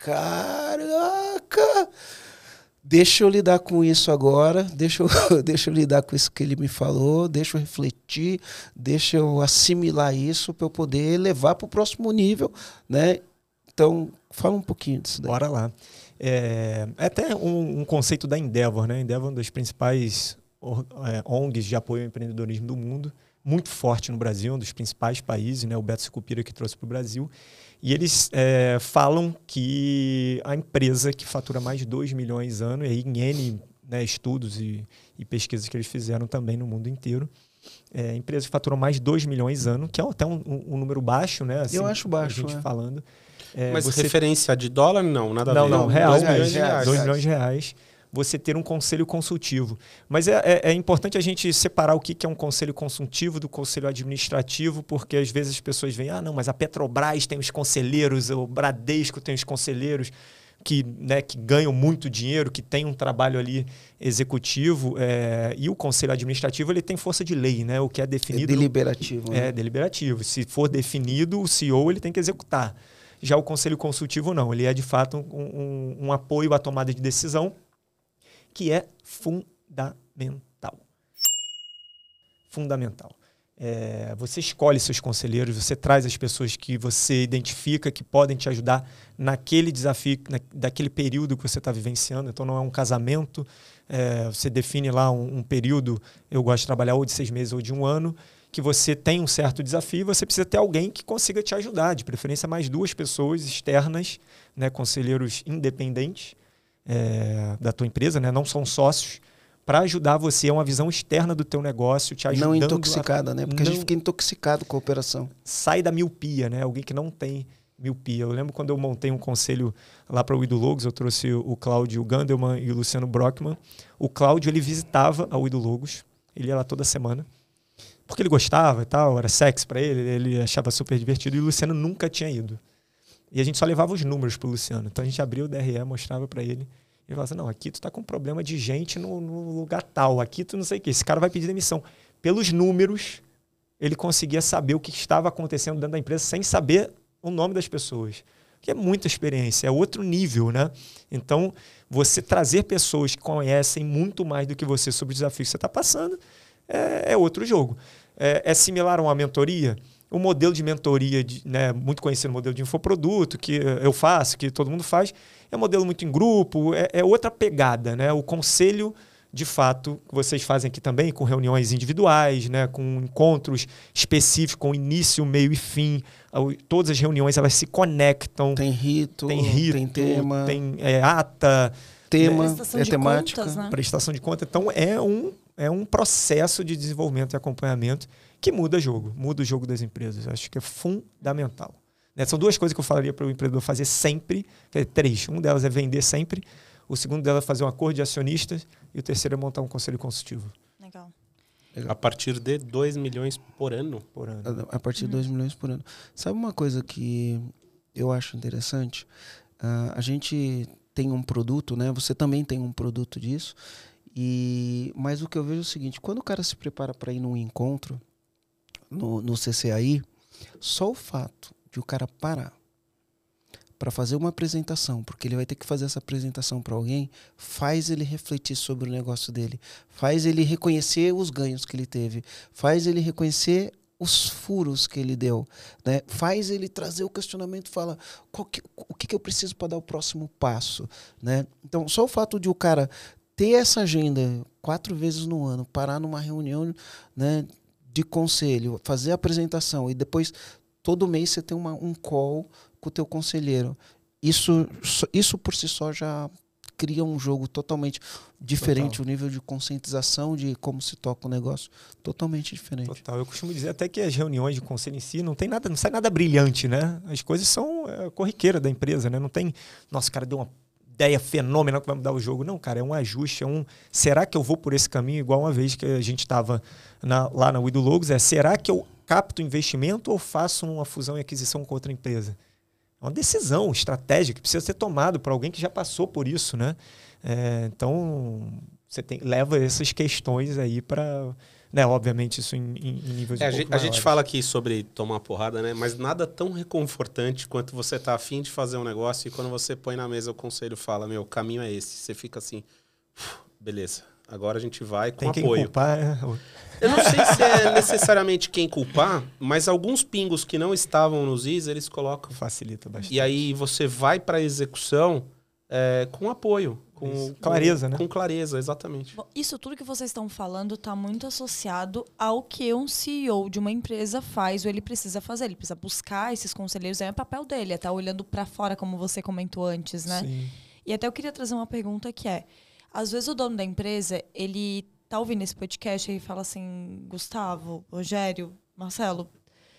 caraca, deixa eu lidar com isso agora, deixa eu lidar com isso que ele me falou, deixa eu refletir, deixa eu assimilar isso para eu poder levar para o próximo nível, né? Então, fala um pouquinho disso daí. Bora lá. É até um conceito da Endeavor, né? Endeavor é uma das principais ONGs de apoio ao empreendedorismo do mundo, muito forte no Brasil, um dos principais países, né? O Beto Sicupira que trouxe para o Brasil. E eles falam que a empresa que fatura mais de 2 milhões ano, e aí em N, né, estudos e pesquisas que eles fizeram também no mundo inteiro, empresas que faturam mais de 2 milhões ano, que é até um número baixo, né? Assim, eu acho baixo, a gente falando. Mas referência de dólar, não, nada a ver. Não, real, 2 milhões de reais. 2 milhões de reais. Você ter um conselho consultivo. Mas é importante a gente separar o que é um conselho consultivo do conselho administrativo, porque às vezes as pessoas veem, não, mas a Petrobras tem os conselheiros, o Bradesco tem os conselheiros que ganham muito dinheiro, que tem um trabalho ali executivo, e o conselho administrativo ele tem força de lei, né? O que é definido... É deliberativo. Né? É deliberativo. Se for definido, o CEO ele tem que executar. Já o conselho consultivo não, ele é de fato um apoio à tomada de decisão, que é fundamental. Fundamental. Você escolhe seus conselheiros, você traz as pessoas que você identifica que podem te ajudar naquele desafio, daquele período que você está vivenciando. Então, não é um casamento, você define lá um período, eu gosto de trabalhar ou de 6 meses ou de 1 ano, que você tem um certo desafio, você precisa ter alguém que consiga te ajudar, de preferência mais 2 pessoas externas, né, conselheiros independentes da tua empresa, né, não são sócios, para ajudar você, uma visão externa do teu negócio, te ajudando... Não intoxicada, né? Porque a gente fica intoxicado com a operação. Sai da miopia, né? Alguém que não tem miopia. Eu lembro quando eu montei um conselho lá para o Idologos, eu trouxe o Cláudio Gandelman e o Luciano Brockman. O Cláudio, ele visitava a Idologos, ele ia lá toda semana, porque ele gostava e tal, era sexy para ele achava super divertido, e o Luciano nunca tinha ido. E a gente só levava os números pro Luciano. Então a gente abria o DRE, mostrava para ele. Ele falava assim, não, aqui tu tá com problema de gente no lugar tal, aqui tu não sei o quê, esse cara vai pedir demissão. Pelos números, ele conseguia saber o que estava acontecendo dentro da empresa sem saber o nome das pessoas. Que é muita experiência, é outro nível, né? Então, você trazer pessoas que conhecem muito mais do que você sobre o desafio que você está passando é outro jogo. É similar a uma mentoria? O modelo de mentoria, né, muito conhecido modelo de infoproduto, que eu faço, que todo mundo faz, é um modelo muito em grupo, é outra pegada, né? O conselho, de fato, que vocês fazem aqui também, com reuniões individuais, né, com encontros específicos, com início, meio e fim. Todas as reuniões elas se conectam. Tem rito, tem tema, tem ata, tema, prestação de temática. Contas, né? Prestação de conta. Então, é um processo de desenvolvimento e acompanhamento que muda o jogo das empresas. Acho que é fundamental. São 2 coisas que eu falaria para o empreendedor fazer sempre, 3. Um delas é vender sempre, o segundo delas é fazer um acordo de acionistas e o terceiro é montar um conselho consultivo. Legal. A partir de 2 milhões por ano? A partir de 2 milhões por ano. Sabe uma coisa que eu acho interessante? A gente tem um produto, né? Você também tem um produto disso. Mas o que eu vejo é o seguinte, quando o cara se prepara para ir num encontro, no CCAI, só o fato de o cara parar para fazer uma apresentação, porque ele vai ter que fazer essa apresentação para alguém, faz ele refletir sobre o negócio dele, faz ele reconhecer os ganhos que ele teve, faz ele reconhecer os furos que ele deu, né? Faz ele trazer o questionamento, fala o que eu preciso para dar o próximo passo, né? Então, só o fato de o cara ter essa agenda 4 vezes no ano, parar numa reunião, né, de conselho, fazer a apresentação e depois todo mês você tem um call com o teu conselheiro. Isso por si só já cria um jogo totalmente diferente, o nível de conscientização de como se toca o negócio, totalmente diferente. Total. Eu costumo dizer até que as reuniões de conselho em si não sai nada brilhante, né? As coisas são corriqueira da empresa, né? Não tem, nossa, o cara deu uma ideia fenomenal que vai mudar o jogo. Não, cara, é um ajuste, será que eu vou por esse caminho? Igual uma vez que a gente estava lá na Wido Logos, será que eu capto investimento ou faço uma fusão e aquisição com outra empresa? É uma decisão estratégica que precisa ser tomada por alguém que já passou por isso, né? Então, você leva essas questões aí para... Né, obviamente, isso em níveis um pouco a gente fala aqui sobre tomar porrada, né? Mas nada tão reconfortante quanto você tá afim de fazer um negócio e quando você põe na mesa o conselho fala, meu, o caminho é esse. Você fica assim, beleza, agora a gente vai com Tem quem apoio. Culpar, Eu não sei se é necessariamente quem culpar, mas alguns pingos que não estavam nos is, eles colocam. Facilita bastante. E aí você vai para a execução com apoio. Com clareza, né? Com clareza, exatamente. Bom, isso tudo que vocês estão falando está muito associado ao que um CEO de uma empresa faz ou ele precisa fazer. Ele precisa buscar esses conselheiros, é o papel dele, é estar olhando para fora, como você comentou antes, né? Sim. E até eu queria trazer uma pergunta que às vezes o dono da empresa, ele tá ouvindo esse podcast e fala assim, Gustavo, Rogério, Marcelo,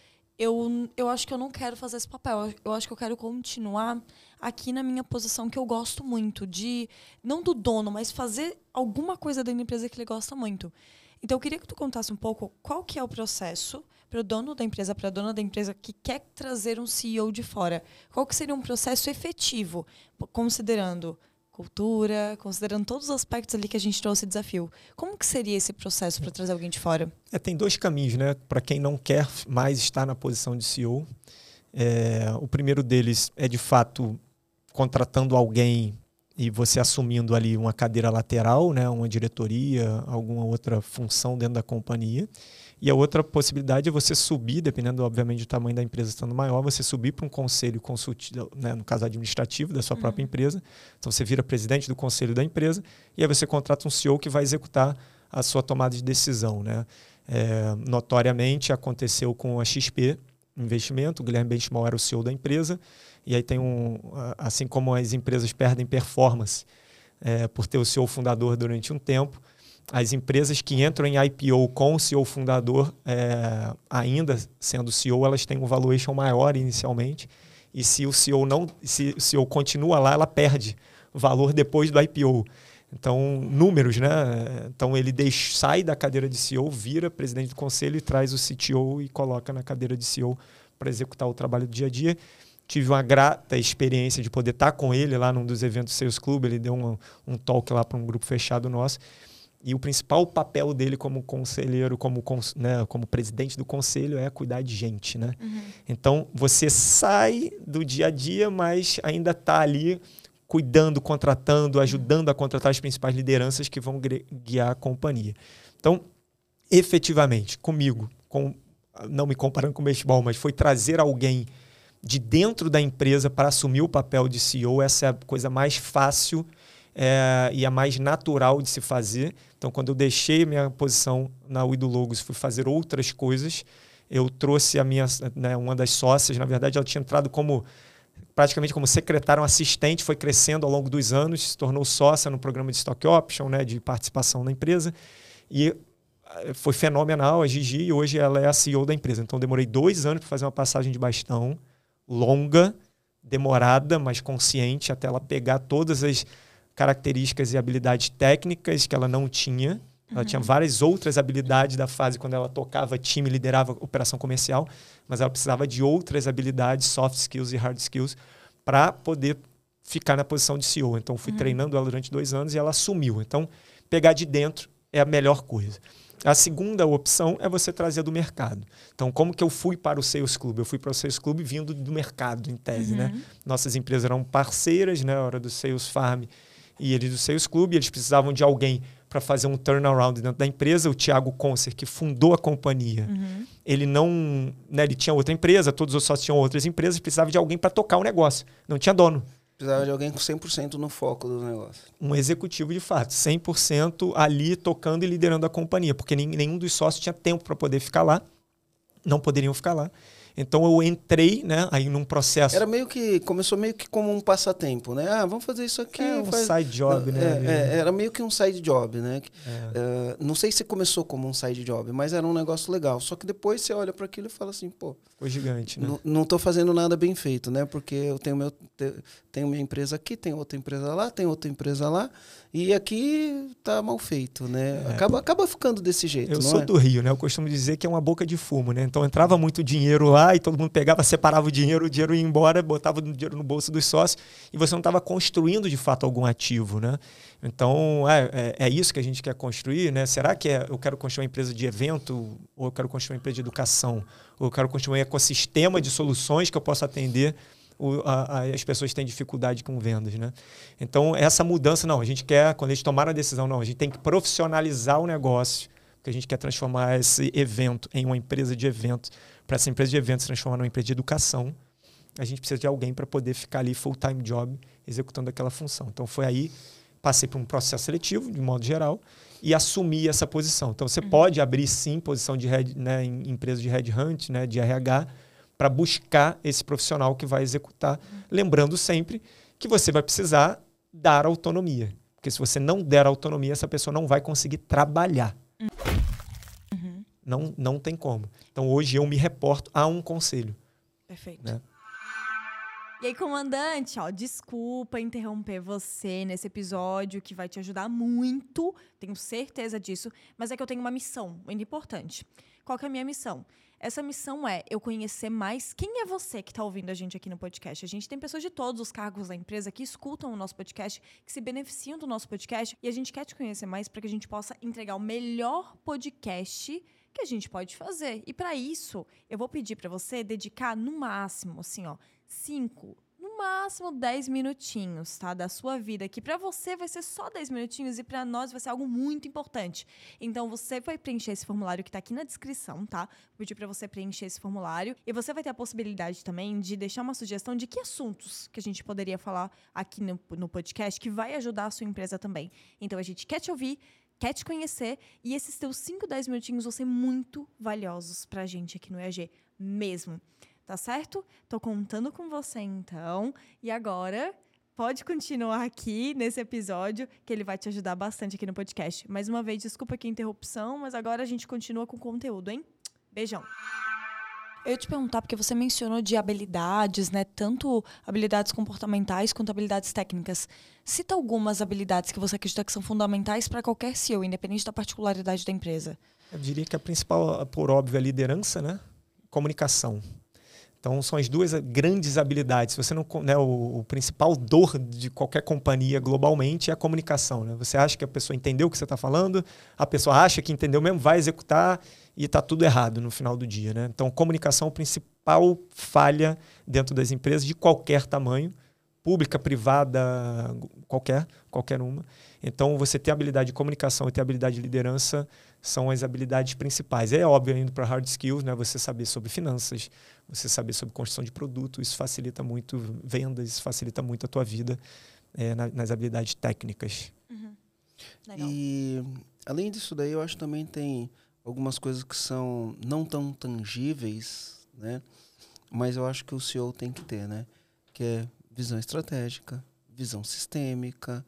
eu acho que eu não quero fazer esse papel. Eu acho que eu quero continuar aqui na minha posição que eu gosto muito, de não do dono, mas fazer alguma coisa dentro da empresa que ele gosta muito. Então, eu queria que tu contasse um pouco qual que é o processo para o dono da empresa, para a dona da empresa que quer trazer um CEO de fora. Qual que seria um processo efetivo, considerando cultura, considerando todos os aspectos ali que a gente trouxe desafio. Como que seria esse processo para trazer alguém de fora? Tem dois caminhos, né? Para quem não quer mais estar na posição de CEO. O primeiro deles é, de fato, contratando alguém e você assumindo ali uma cadeira lateral, né? Uma diretoria, alguma outra função dentro da companhia. E a outra possibilidade é você subir, dependendo, obviamente, do tamanho da empresa estando maior, você subir para um conselho consultivo, né, no caso administrativo da sua própria empresa. Então, você vira presidente do conselho da empresa e aí você contrata um CEO que vai executar a sua tomada de decisão, né? Notoriamente, aconteceu com a XP Investimento, o Guilherme Benchimol era o CEO da empresa, e aí tem assim como as empresas perdem performance por ter o CEO fundador durante um tempo, as empresas que entram em IPO com o CEO fundador, ainda sendo CEO, elas têm um valuation maior inicialmente. E se o CEO continua lá, ela perde valor depois do IPO. Então, números, né? Então, ele sai da cadeira de CEO, vira presidente do conselho e traz o CTO e coloca na cadeira de CEO para executar o trabalho do dia a dia. Tive uma grata experiência de poder estar com ele lá num dos eventos do Sales Club. Ele deu um talk lá para um grupo fechado nosso. E o principal papel dele como conselheiro, como presidente do conselho, é cuidar de gente, né? Então, você sai do dia a dia, mas ainda está ali cuidando, contratando, ajudando a contratar as principais lideranças que vão guiar a companhia. Então, efetivamente, comigo, não me comparando com o beisebol, mas foi trazer alguém de dentro da empresa para assumir o papel de CEO. Essa é a coisa mais fácil e a mais natural de se fazer. Então, quando eu deixei minha posição na Wido Logos, fui fazer outras coisas, eu trouxe uma das sócias, na verdade, ela tinha entrado praticamente como secretária, um assistente, foi crescendo ao longo dos anos, se tornou sócia no programa de Stock Option, né, de participação na empresa, e foi fenomenal a Gigi, e hoje ela é a CEO da empresa. Então, demorei 2 anos para fazer uma passagem de bastão, longa, demorada, mas consciente, até ela pegar todas as características e habilidades técnicas que ela não tinha. Ela tinha várias outras habilidades da fase quando ela tocava time, liderava operação comercial, mas ela precisava de outras habilidades, soft skills e hard skills, para poder ficar na posição de CEO. Então, fui treinando ela durante 2 anos e ela assumiu. Então, pegar de dentro é a melhor coisa. A segunda opção é você trazer do mercado. Então, como que eu fui para o Sales Club? Eu fui para o Sales Club vindo do mercado, em tese. Né? Nossas empresas eram parceiras, né? Hora do Sales Farm e eles do Sales Club, eles precisavam de alguém para fazer um turnaround dentro da empresa. O Thiago Concer, que fundou a companhia, ele não... Né, ele tinha outra empresa, todos os sócios tinham outras empresas, precisava de alguém para tocar o negócio. Não tinha dono. Precisava de alguém com 100% no foco do negócio. Um executivo de fato, 100% ali tocando e liderando a companhia, porque nenhum dos sócios tinha tempo para poder ficar lá, não poderiam ficar lá. Então eu entrei, né, aí num processo. Começou meio que como um passatempo, né? Vamos fazer isso aqui. Side job, né? Era meio que um side job, né? Não sei se começou como um side job, mas era um negócio legal. Só que depois você olha para aquilo e fala assim, pô, ficou gigante, né? Não estou fazendo nada bem feito, né? Porque eu tenho minha empresa aqui, tem outra empresa lá, tem outra empresa lá, e aqui tá mal feito, né? Acaba ficando desse jeito. Eu sou do Rio, né? Eu costumo dizer que é uma boca de fumo, né? Então entrava muito dinheiro lá e todo mundo pegava, separava o dinheiro ia embora, botava o dinheiro no bolso dos sócios e você não estava construindo de fato algum ativo, né? Então é isso que a gente quer construir, né? Será que eu quero construir uma empresa de evento ou eu quero construir uma empresa de educação? Ou eu quero construir um ecossistema de soluções que eu possa atender as pessoas que têm dificuldade com vendas, né? Então, essa mudança, não, a gente quer, quando eles tomaram a decisão, não, a gente tem que profissionalizar o negócio, porque a gente quer transformar esse evento em uma empresa de eventos. Para essa empresa de eventos se transformar numa empresa de educação, a gente precisa de alguém para poder ficar ali full-time job, executando aquela função. Então, foi aí, passei por um processo seletivo, de modo geral, e assumi essa posição. Então, você pode abrir, sim, posição de em empresa de headhunt, né, de RH, para buscar esse profissional que vai executar. Lembrando sempre que você vai precisar dar autonomia. Porque se você não der autonomia, essa pessoa não vai conseguir trabalhar. Não tem como. Então, hoje eu me reporto a um conselho. Perfeito. Né? E aí, comandante, desculpa interromper você nesse episódio que vai te ajudar muito, tenho certeza disso, mas é que eu tenho uma missão muito importante. Qual que é a minha missão? Essa missão é eu conhecer mais quem é você que está ouvindo a gente aqui no podcast. A gente tem pessoas de todos os cargos da empresa que escutam o nosso podcast, que se beneficiam do nosso podcast, e a gente quer te conhecer mais para que a gente possa entregar o melhor podcast que a gente pode fazer. E para isso, eu vou pedir para você dedicar no máximo, 5, no máximo 10 minutinhos, tá? Da sua vida, que para você vai ser só 10 minutinhos e para nós vai ser algo muito importante. Então, você vai preencher esse formulário que tá aqui na descrição, tá? Vou pedir para você preencher esse formulário e você vai ter a possibilidade também de deixar uma sugestão de que assuntos que a gente poderia falar aqui no podcast que vai ajudar a sua empresa também. Então, a gente quer te ouvir, quer te conhecer e esses teus 5, 10 minutinhos vão ser muito valiosos pra gente aqui no EAG mesmo. Tá certo? Tô contando com você, então. E agora, pode continuar aqui nesse episódio, que ele vai te ajudar bastante aqui no podcast. Mais uma vez, desculpa aqui a interrupção, mas agora a gente continua com o conteúdo, hein? Beijão. Eu ia te perguntar, porque você mencionou de habilidades, né? Tanto habilidades comportamentais quanto habilidades técnicas. Cita algumas habilidades que você acredita que são fundamentais para qualquer CEO, independente da particularidade da empresa. Eu diria que a principal, por óbvio, é a liderança, né? Comunicação. Então, são as duas grandes habilidades. Você não, né, o principal dor de qualquer companhia globalmente é a comunicação. Né? Você acha que a pessoa entendeu o que você está falando, a pessoa acha que entendeu mesmo, vai executar e está tudo errado no final do dia. Né? Então, comunicação é a principal falha dentro das empresas de qualquer tamanho, pública, privada, qualquer uma. Então, você ter habilidade de comunicação e ter habilidade de liderança são as habilidades principais. É óbvio, indo para hard skills, né? Você saber sobre finanças, você saber sobre construção de produto, isso facilita muito vendas, isso facilita muito a tua vida nas habilidades técnicas. Legal. E, além disso daí, eu acho que também tem algumas coisas que são não tão tangíveis, né? Mas eu acho que o CEO tem que ter, né? Que é visão estratégica, visão sistêmica,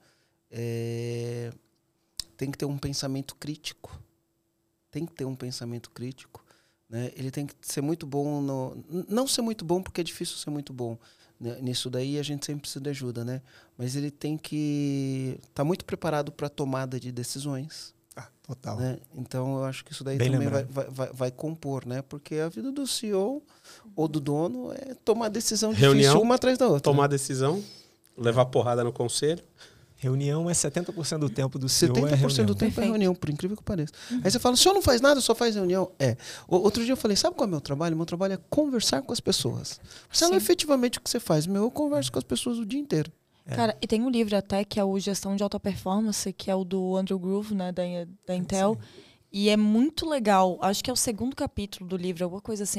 tem que ter um pensamento crítico. Tem que ter um pensamento crítico, né? Ele tem que ser muito bom não ser muito bom, porque é difícil ser muito bom. Nisso daí a gente sempre precisa de ajuda, né? Mas ele tem que estar muito preparado para a tomada de decisões. Total. Né? Então eu acho que isso daí Bem também vai compor, né? Porque a vida do CEO ou do dono é tomar decisão difícil uma atrás da outra. Tomar decisão, levar porrada no conselho. Reunião é 70% do tempo do CEO. 70% do tempo é reunião, por incrível que pareça. Aí você fala, o senhor não faz nada, só faz reunião? Outro dia eu falei, sabe qual é o meu trabalho? Meu trabalho é conversar com as pessoas. Sabe efetivamente o que você faz? Eu converso com as pessoas o dia inteiro. Cara, e tem um livro até que é o Gestão de Alta Performance, que é o do Andrew Grove, né, da Intel. Sim. E é muito legal. Acho que é o 2º capítulo do livro, alguma coisa assim.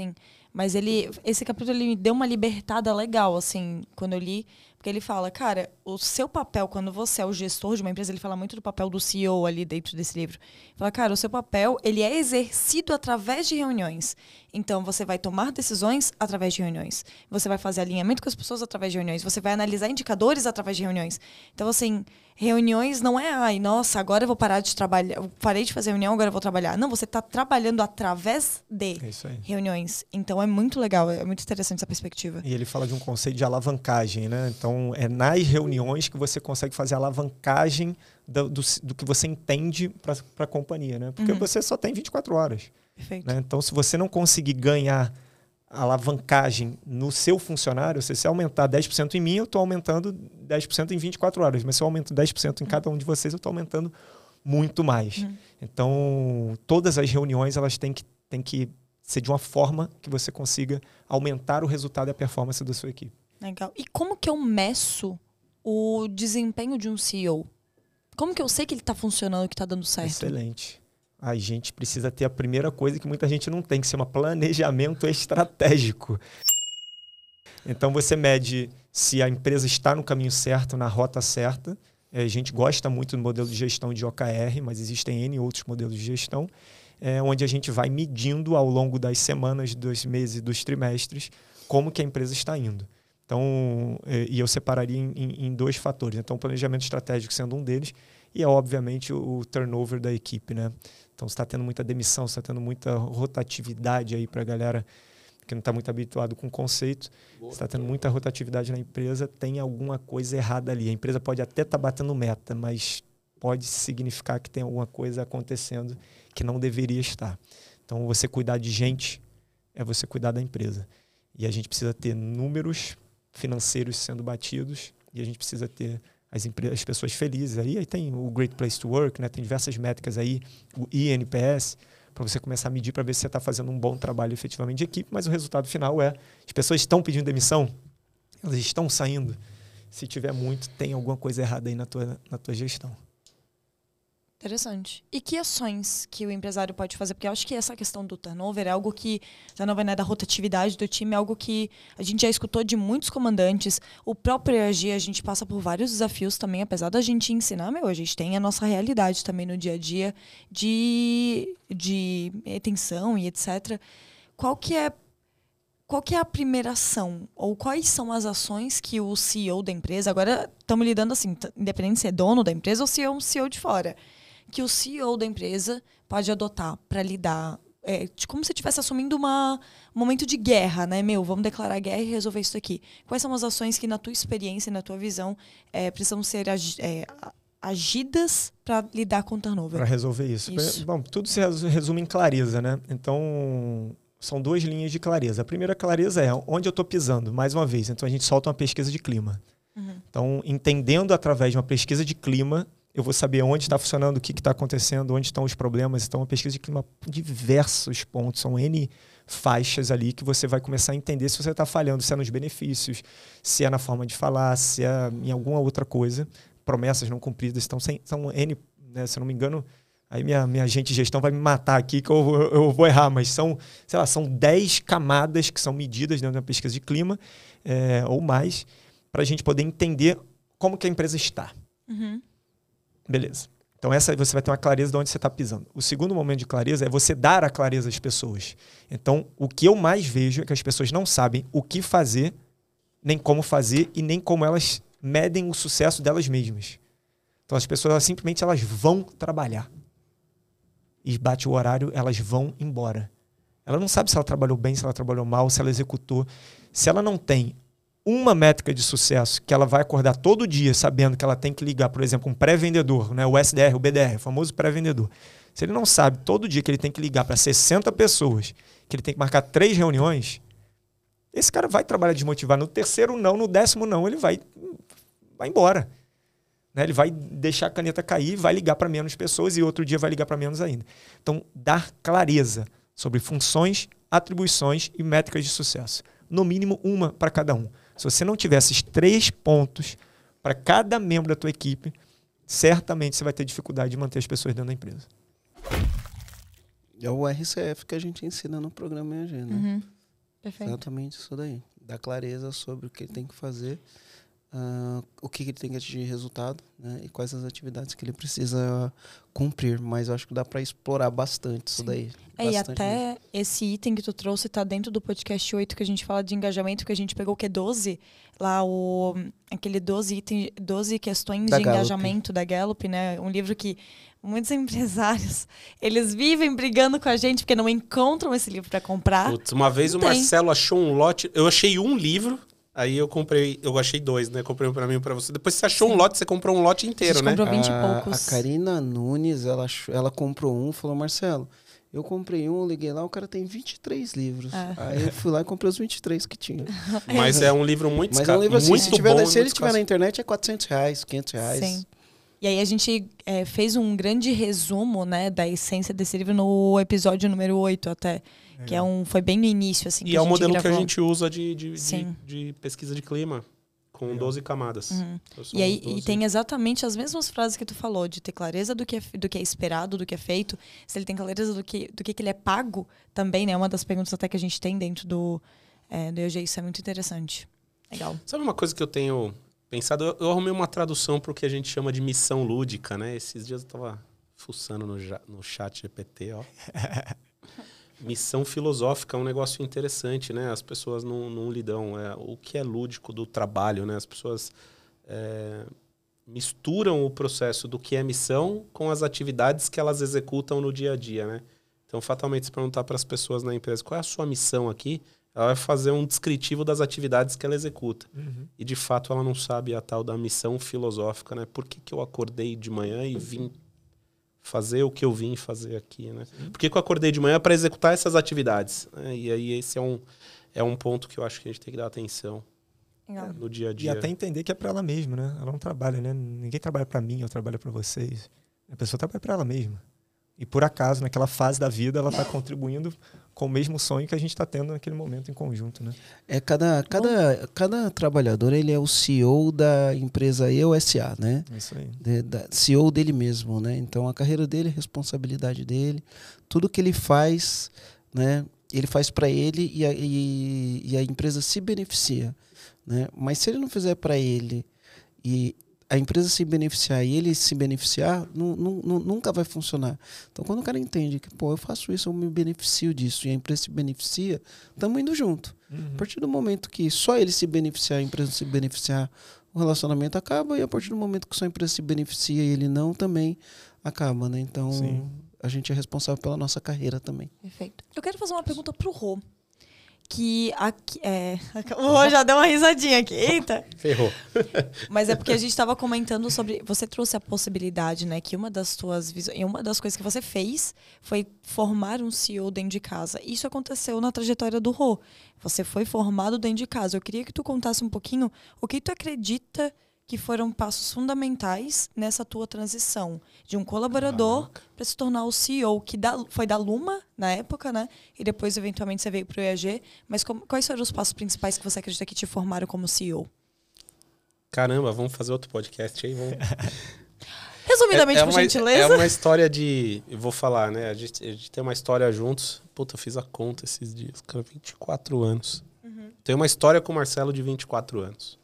Mas esse capítulo ele me deu uma libertada legal, assim, quando eu li. Porque ele fala, cara, o seu papel, quando você é o gestor de uma empresa, ele fala muito do papel do CEO ali dentro desse livro. Ele fala, cara, o seu papel, ele é exercido através de reuniões. Então, você vai tomar decisões através de reuniões. Você vai fazer alinhamento com as pessoas através de reuniões. Você vai analisar indicadores através de reuniões. Então, assim, reuniões não é, ai, nossa, agora eu vou parar de trabalhar. Eu parei de fazer reunião, agora eu vou trabalhar. Não, você está trabalhando através de reuniões. Então, é muito legal, é muito interessante essa perspectiva. E ele fala de um conceito de alavancagem, né? Então, é nas reuniões que você consegue fazer a alavancagem do que você entende para a companhia, né? Porque você só tem 24 horas. Perfeito. Né? Então, se você não conseguir ganhar a alavancagem no seu funcionário, se aumentar 10% em mim, eu estou aumentando 10% em 24 horas. Mas se eu aumento 10% em cada um de vocês, eu estou aumentando muito mais. Então, todas as reuniões elas têm que ser de uma forma que você consiga aumentar o resultado e a performance da sua equipe. Legal. E como que eu meço o desempenho de um CEO? Como que eu sei que ele está funcionando, que está dando certo? Excelente. A gente precisa ter a primeira coisa que muita gente não tem, que se chama planejamento estratégico. Então você mede se a empresa está no caminho certo, na rota certa. A gente gosta muito do modelo de gestão de OKR, mas existem N outros modelos de gestão, onde a gente vai medindo ao longo das semanas, dos meses e dos trimestres como que a empresa está indo. Então, e eu separaria em dois fatores. Então, o planejamento estratégico sendo um deles e, obviamente, o turnover da equipe, né? Então, você está tendo muita demissão, você está tendo muita rotatividade aí para a galera que não está muito habituado com o conceito. Você está tendo muita rotatividade na empresa, tem alguma coisa errada ali. A empresa pode até estar batendo meta, mas pode significar que tem alguma coisa acontecendo que não deveria estar. Então, você cuidar de gente é você cuidar da empresa. E a gente precisa ter números financeiros sendo batidos e a gente precisa ter as pessoas felizes. Aí tem o Great Place to Work, né? Tem diversas métricas aí, o INPS, para você começar a medir para ver se você está fazendo um bom trabalho efetivamente de equipe, mas o resultado final é as pessoas estão pedindo demissão, elas estão saindo. Se tiver muito, tem alguma coisa errada aí na tua gestão. Interessante. E que ações que o empresário pode fazer? Porque eu acho que essa questão do turnover é algo que, turnover, né, da rotatividade do time, é algo que a gente já escutou de muitos comandantes. O próprio EAG, a gente passa por vários desafios também, apesar da gente ensinar, a gente tem a nossa realidade também no dia a dia de retenção e etc. Qual que é a primeira ação? Ou quais são as ações que o CEO da empresa, agora estamos lidando assim, independente se é dono da empresa ou se é um CEO de fora, que o CEO da empresa pode adotar para lidar, como se estivesse assumindo um momento de guerra, né? Vamos declarar guerra e resolver isso aqui. Quais são as ações que, na tua experiência e na tua visão, precisam ser agidas para lidar com o turnover? Para resolver isso. Bom, tudo se resume em clareza, né? Então, são duas linhas de clareza. A primeira clareza é onde eu estou pisando, mais uma vez. Então, a gente solta uma pesquisa de clima. Então, entendendo através de uma pesquisa de clima, eu vou saber onde está funcionando, o que está acontecendo, onde estão os problemas. Então, uma pesquisa de clima por diversos pontos. São N faixas ali que você vai começar a entender se você está falhando, se é nos benefícios, se é na forma de falar, se é em alguma outra coisa. Promessas não cumpridas. Então, são N, né, se eu não me engano, aí minha agente de gestão vai me matar aqui que eu vou errar, mas são 10 camadas que são medidas dentro da pesquisa de clima, ou mais, para a gente poder entender como que a empresa está. Beleza. Então, essa você vai ter uma clareza de onde você está pisando. O segundo momento de clareza é você dar a clareza às pessoas. Então, o que eu mais vejo é que as pessoas não sabem o que fazer, nem como fazer e nem como elas medem o sucesso delas mesmas. Então, as pessoas simplesmente vão trabalhar. E bate o horário, elas vão embora. Ela não sabe se ela trabalhou bem, se ela trabalhou mal, se ela executou. Se ela não tem uma métrica de sucesso que ela vai acordar todo dia sabendo que ela tem que ligar, por exemplo, um pré-vendedor, né? O SDR, o BDR, o famoso pré-vendedor. Se ele não sabe todo dia que ele tem que ligar para 60 pessoas, que ele tem que marcar 3 reuniões, esse cara vai trabalhar desmotivado. No terceiro não, no 10º não, ele vai embora. Né? Ele vai deixar a caneta cair, vai ligar para menos pessoas e outro dia vai ligar para menos ainda. Então, dar clareza sobre funções, atribuições e métricas de sucesso. No mínimo uma para cada um. Se você não tiver esses 3 pontos para cada membro da tua equipe, certamente você vai ter dificuldade de manter as pessoas dentro da empresa. É o RCF que a gente ensina no programa EAG, né? Perfeito. Exatamente isso daí. Dar clareza sobre o que ele tem que fazer, o que ele tem que atingir resultado, né? E quais as atividades que ele precisa cumprir. Mas eu acho que dá para explorar bastante isso daí. E até esse item que tu trouxe tá dentro do podcast 8, que a gente fala de engajamento, que a gente pegou o que? 12? Lá aquele 12 questões da de Gallup. Engajamento da Gallup, né? Um livro que muitos empresários, eles vivem brigando com a gente porque não encontram esse livro para comprar. Putz, uma vez o Marcelo achou um lote, eu achei um livro, aí eu achei 2, né? Comprei um pra mim e pra você. Depois você achou um lote, você comprou um lote inteiro, né? Comprou 20 e poucos. A Karina Nunes, ela comprou um, falou, Marcelo, eu comprei um, liguei lá, o cara tem 23 livros. Aí eu fui lá e comprei os 23 que tinha. Mas é um livro muito Mas é um livro assim, muito bom. Se ele estiver na internet é R$400, R$500. Sim. E aí a gente fez um grande resumo, né, da essência desse livro no episódio número 8 até. Que foi bem no início, assim. E é o modelo que a gente usa de pesquisa de clima, com 12 camadas. E aí 12. E tem exatamente as mesmas frases que tu falou, de ter clareza do que é esperado, do que é feito. Se ele tem clareza do que ele é pago também, né? Uma das perguntas até que a gente tem dentro do EOG, isso é muito interessante. Legal. Sabe uma coisa que eu tenho pensado? Eu arrumei uma tradução para o que a gente chama de missão lúdica, né? Esses dias eu tava fuçando no chat GPT, ó. Missão filosófica é um negócio interessante, né? As pessoas não lidam. O que é lúdico do trabalho, né? As pessoas misturam o processo do que é missão com as atividades que elas executam no dia a dia, né? Então, fatalmente, se perguntar para as pessoas na empresa qual é a sua missão aqui, ela vai fazer um descritivo das atividades que ela executa. E, de fato, ela não sabe a tal da missão filosófica, né? Por que eu acordei de manhã e vim fazer o que eu vim fazer aqui, né? Por que eu acordei de manhã para executar essas atividades? Né? E aí esse é um ponto que eu acho que a gente tem que dar atenção no dia a dia. E até entender que é para ela mesma, né? Ela não trabalha, né? Ninguém trabalha para mim, eu trabalho para vocês. A pessoa trabalha para ela mesma. E por acaso, naquela fase da vida, ela está contribuindo com o mesmo sonho que a gente está tendo naquele momento em conjunto, né? Cada trabalhador, ele é o CEO da empresa EOSA, né? Isso aí. CEO dele mesmo, né? Então, a carreira dele é responsabilidade dele. Tudo que ele faz, né? Ele faz para ele e a empresa se beneficia, né? Mas se ele não fizer para ele e a empresa se beneficiar e ele se beneficiar, nunca vai funcionar. Então, quando o cara entende que, eu faço isso, eu me beneficio disso, e a empresa se beneficia, estamos indo junto. A partir do momento que só ele se beneficiar, a empresa se beneficiar, o relacionamento acaba, e a partir do momento que só a empresa se beneficia e ele não, também acaba, né? Então, a gente é responsável pela nossa carreira também. Perfeito. Eu quero fazer uma pergunta pro Rô. Que aqui, o Rô já deu uma risadinha aqui. Eita! Ferrou. Mas é porque a gente estava comentando sobre... Você trouxe a possibilidade, né? Que uma das tuas visões... E uma das coisas que você fez foi formar um CEO dentro de casa. Isso aconteceu na trajetória do Rô. Você foi formado dentro de casa. Eu queria que tu contasse um pouquinho o que tu acredita que foram passos fundamentais nessa tua transição de um colaborador para se tornar o CEO, que foi da Luma na época, né? E depois, eventualmente, você veio para o EAG. Mas quais foram os passos principais que você acredita que te formaram como CEO? Caramba, vamos fazer outro podcast aí? Vamos... Resumidamente, por gentileza. É uma história de... Eu vou falar, né? A gente tem uma história juntos. Puta, eu fiz a conta esses dias. Cara, 24 anos. Tem uma história com o Marcelo de 24 anos.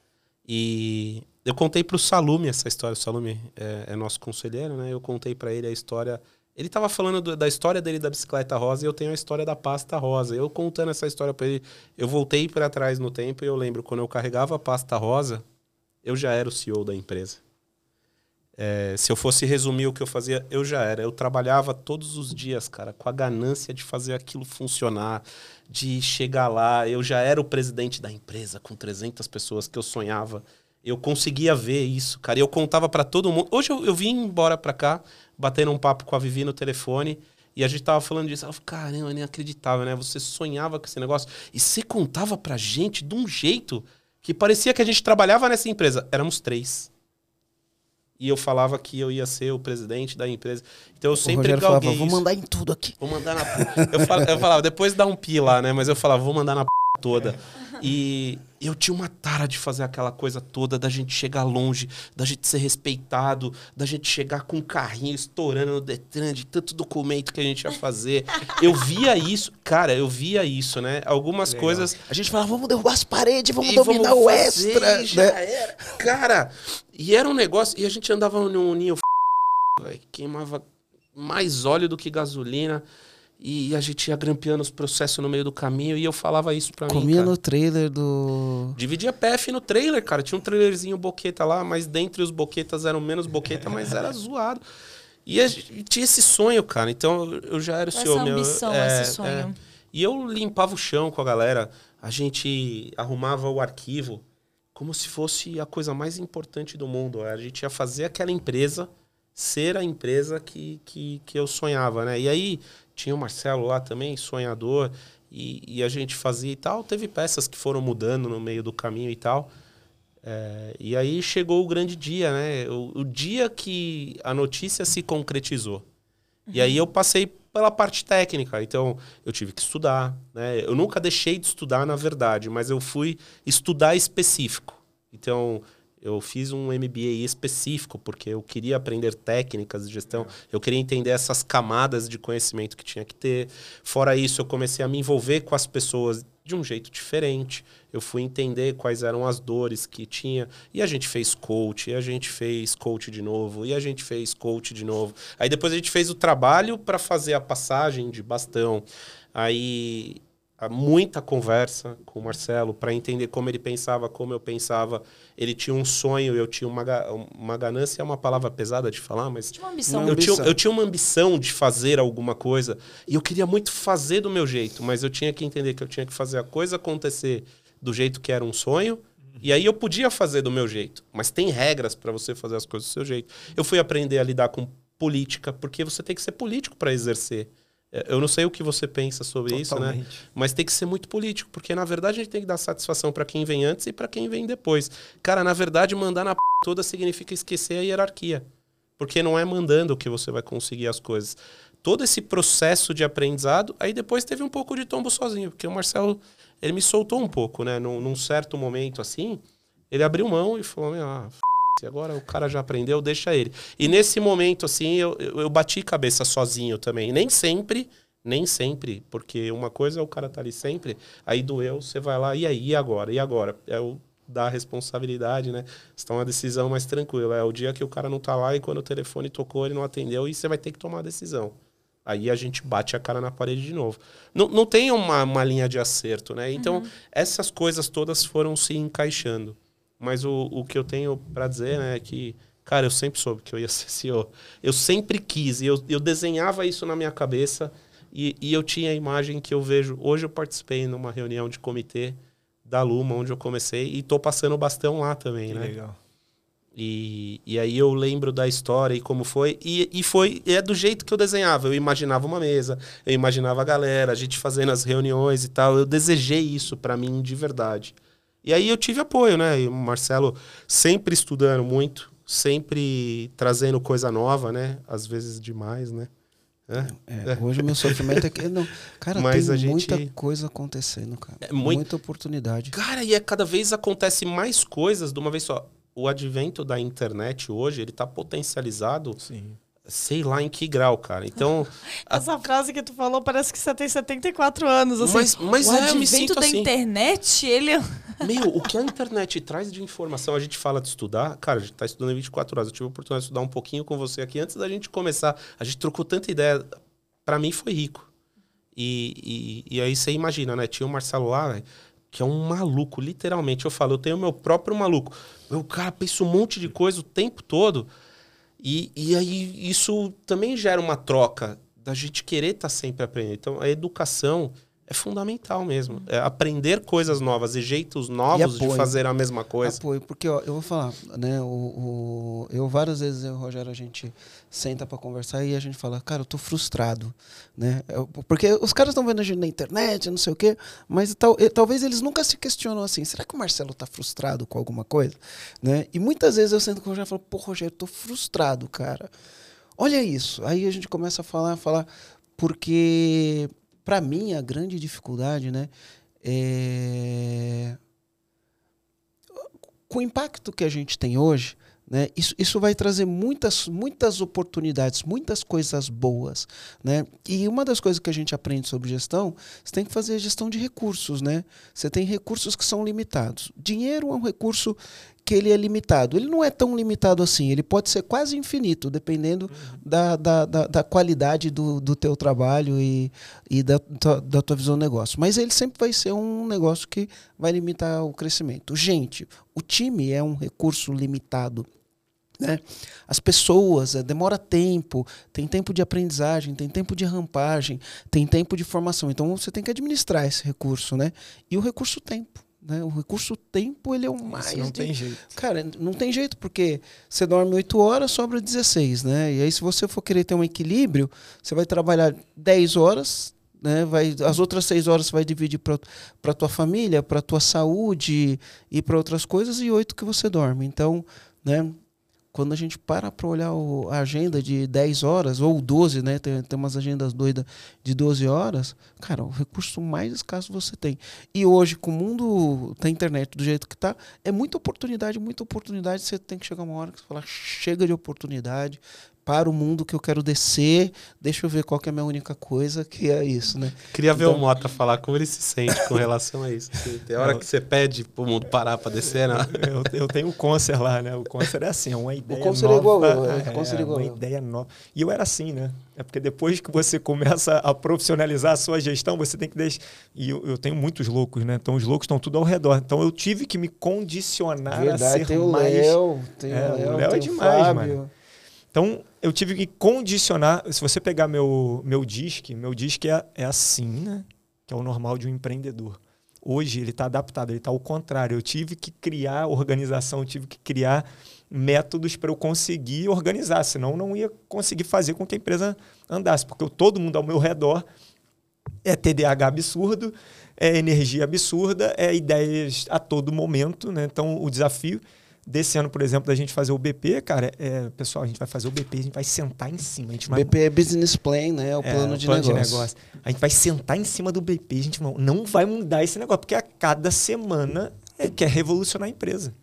E eu contei pro Salume essa história. O Salume é nosso conselheiro, né? Eu contei para ele a história. Ele tava falando da história dele da bicicleta rosa e eu tenho a história da pasta rosa. Eu contando essa história para ele, eu voltei para trás no tempo e eu lembro quando eu carregava a pasta rosa, eu já era o CEO da empresa. Se eu fosse resumir o que eu fazia, eu já era. Eu trabalhava todos os dias, cara, com a ganância de fazer aquilo funcionar, de chegar lá. Eu já era o presidente da empresa com 300 pessoas que eu sonhava. Eu conseguia ver isso, cara. E eu contava pra todo mundo. Hoje eu vim embora pra cá, batendo um papo com a Vivi no telefone, e a gente tava falando disso. Ela falou, caramba, eu nem acreditava, né? Você sonhava com esse negócio e você contava pra gente de um jeito que parecia que a gente trabalhava nessa empresa. Éramos 3. E eu falava que eu ia ser o presidente da empresa. Então eu sempre galguei isso. Vou mandar em tudo aqui. Vou mandar na... eu falava, depois dá um pi lá, né? Mas eu falava, vou mandar na toda. E Eu tinha uma tara de fazer aquela coisa toda, da gente chegar longe, da gente ser respeitado, da gente chegar com um carrinho estourando no Detran, de tanto documento que a gente ia fazer. Eu via isso, cara, né? Algumas coisas... A gente falava, vamos derrubar as paredes, vamos dominar o extra. E já era. Cara, e era um negócio... E a gente andava num ninho... queimava mais óleo do que gasolina... E a gente ia grampeando os processos no meio do caminho e eu falava isso pra mim, Comia cara. no trailer do... Dividia PF no trailer, cara. Tinha um trailerzinho boqueta lá, mas dentre os boquetas eram menos boqueta, mas era zoado. E a gente tinha esse sonho, cara. Então eu já era o senhor meu. Essa ambição, esse sonho. E eu limpava o chão com a galera. A gente arrumava o arquivo como se fosse a coisa mais importante do mundo. A gente ia fazer aquela empresa ser a empresa que eu sonhava, né? E aí... Tinha o Marcelo lá também, sonhador, e a gente fazia e tal. Teve peças que foram mudando no meio do caminho e tal. E aí chegou o grande dia, né? O dia que a notícia se concretizou. Uhum. E aí eu passei pela parte técnica. Então, eu tive que estudar, né? Eu nunca deixei de estudar, na verdade, mas eu fui estudar específico. Então... Eu fiz um MBA específico, porque eu queria aprender técnicas de gestão, eu queria entender essas camadas de conhecimento que tinha que ter. Fora isso, eu comecei a me envolver com as pessoas de um jeito diferente. Eu fui entender quais eram as dores que tinha. E a gente fez coach, e a gente fez coach de novo, e a gente fez coach de novo. Aí depois a gente fez o trabalho para fazer a passagem de bastão. Aí... muita conversa com o Marcelo para entender como ele pensava, como eu pensava. Ele tinha um sonho, eu tinha uma ganância, é uma palavra pesada de falar, mas... Tinha uma ambição. Eu tinha uma ambição de fazer alguma coisa e eu queria muito fazer do meu jeito, mas eu tinha que entender que eu tinha que fazer a coisa acontecer do jeito que era um sonho. E aí eu podia fazer do meu jeito, mas tem regras para você fazer as coisas do seu jeito. Eu fui aprender a lidar com política, porque você tem que ser político para exercer. Eu não sei o que você pensa sobre isso, né? Mas tem que ser muito político, porque na verdade a gente tem que dar satisfação para quem vem antes e para quem vem depois. Cara, na verdade, mandar na toda significa esquecer a hierarquia. Porque não é mandando que você vai conseguir as coisas. Todo esse processo de aprendizado, aí depois teve um pouco de tombo sozinho, porque o Marcelo, ele me soltou um pouco, né? Num certo momento assim, ele abriu mão e falou, agora o cara já aprendeu, deixa ele. E nesse momento, assim, eu bati cabeça sozinho também. Nem sempre, porque uma coisa é o cara tá ali sempre, aí doeu, você vai lá, e aí, e agora? E agora? É o da responsabilidade, né? Você toma uma decisão mais tranquila. É o dia que o cara não tá lá e quando o telefone tocou, ele não atendeu e você vai ter que tomar a decisão. Aí a gente bate a cara na parede de novo. Não tem uma linha de acerto, né? Então, essas coisas todas foram se encaixando. Mas o que eu tenho para dizer, né, é que, cara, eu sempre soube que eu ia ser CEO. Eu sempre quis, e eu desenhava isso na minha cabeça, e eu tinha a imagem que eu vejo. Hoje eu participei numa reunião de comitê da Luma, onde eu comecei, e tô passando o bastão lá também, que né? Legal. E aí eu lembro da história e como foi, é do jeito que eu desenhava. Eu imaginava uma mesa, eu imaginava a galera, a gente fazendo as reuniões e tal. Eu desejei isso para mim de verdade. E aí eu tive apoio, né? E o Marcelo sempre estudando muito, sempre trazendo coisa nova, né? Às vezes demais, né? Hoje o meu sofrimento é que... Não, cara, mas tem muita coisa acontecendo, cara. Muita oportunidade. Cara, e cada vez acontece mais coisas de uma vez só. O advento da internet hoje, ele tá potencializado... Sim. Sei lá em que grau, cara. Então... Essa frase que tu falou parece que você tem 74 anos. Assim. Mas eu me sinto da assim. internet, ele... Meu, o que a internet traz de informação, a gente fala de estudar. Cara, a gente tá estudando em 24 horas. Eu tive a oportunidade de estudar um pouquinho com você aqui. Antes da gente começar, a gente trocou tanta ideia. Pra mim foi rico. E aí você imagina, né? Tinha o Marcelo lá, véio, que é um maluco, literalmente. Eu falo, eu tenho o meu próprio maluco. O cara pensa um monte de coisa o tempo todo. E aí isso também gera uma troca da gente querer estar sempre aprendendo. Então, a educação é fundamental mesmo. É aprender coisas novas e jeitos novos de fazer a mesma coisa. Apoio, porque ó, eu vou falar, né? Eu várias vezes, eu e o Rogério, a gente senta para conversar e a gente fala, cara, eu tô frustrado, né? Porque os caras estão vendo a gente na internet, não sei o quê, mas talvez eles nunca se questionam assim, será que o Marcelo tá frustrado com alguma coisa? Né? E muitas vezes eu sento com o Rogério e falo, pô, Rogério, eu tô frustrado, cara. Olha isso. Aí a gente começa a falar, porque... Para mim, a grande dificuldade, né, é com o impacto que a gente tem hoje, né, isso vai trazer muitas oportunidades, muitas coisas boas, né? E uma das coisas que a gente aprende sobre gestão, você tem que fazer gestão de recursos, né? Você tem recursos que são limitados. Dinheiro é um recurso que ele é limitado. Ele não é tão limitado assim, ele pode ser quase infinito, dependendo da qualidade do teu trabalho e da tua visão do negócio. Mas ele sempre vai ser um negócio que vai limitar o crescimento. Gente, o time é um recurso limitado. Né? As pessoas, demora tempo, tem tempo de aprendizagem, tem tempo de rampagem, tem tempo de formação. Então você tem que administrar esse recurso, né? E o recurso tempo. Né? O recurso tempo, ele é o mais... Isso não tem jeito. Cara, não tem jeito, porque você dorme 8 horas, sobra 16, né? E aí, se você for querer ter um equilíbrio, você vai trabalhar 10 horas, né? As outras 6 horas você vai dividir para tua família, para tua saúde e para outras coisas, e 8 que você dorme. Então, né? Quando a gente para olhar a agenda de 10 horas, ou 12, né? Tem umas agendas doidas de 12 horas, cara, o recurso mais escasso você tem. E hoje, com o mundo da internet do jeito que está, é muita oportunidade, você tem que chegar uma hora que você fala, chega de oportunidade, para o mundo que eu quero descer, deixa eu ver qual que é a minha única coisa, que é isso, né? Queria ver o Mota falar como ele se sente com relação a isso. Tem hora que você pede pro mundo parar para descer, né? Eu tenho o Concer lá, né? O Concer é assim, é uma ideia nova. O Concer é igual eu. Uma ideia nova. E eu era assim, né? É porque depois que você começa a profissionalizar a sua gestão, você tem que deixar... E eu tenho muitos loucos, né? Então os loucos estão tudo ao redor. Então eu tive que me condicionar a ser tem mais... O Léo é demais, mano. Então, eu tive que condicionar... Se você pegar meu DISC é assim, né? Que é o normal de um empreendedor. Hoje, ele está adaptado, ele está ao contrário. Eu tive que criar organização, eu tive que criar métodos para eu conseguir organizar. Senão, eu não ia conseguir fazer com que a empresa andasse. Porque todo mundo ao meu redor é TDAH absurdo, é energia absurda, é ideias a todo momento, né? Então, o desafio... Desse ano, por exemplo, da gente fazer o BP, cara, pessoal, a gente vai fazer o BP, a gente vai sentar em cima. A gente vai... BP é business plan, né? É o plano de negócio. A gente vai sentar em cima do BP, a gente não vai mudar esse negócio, porque a cada semana quer revolucionar a empresa.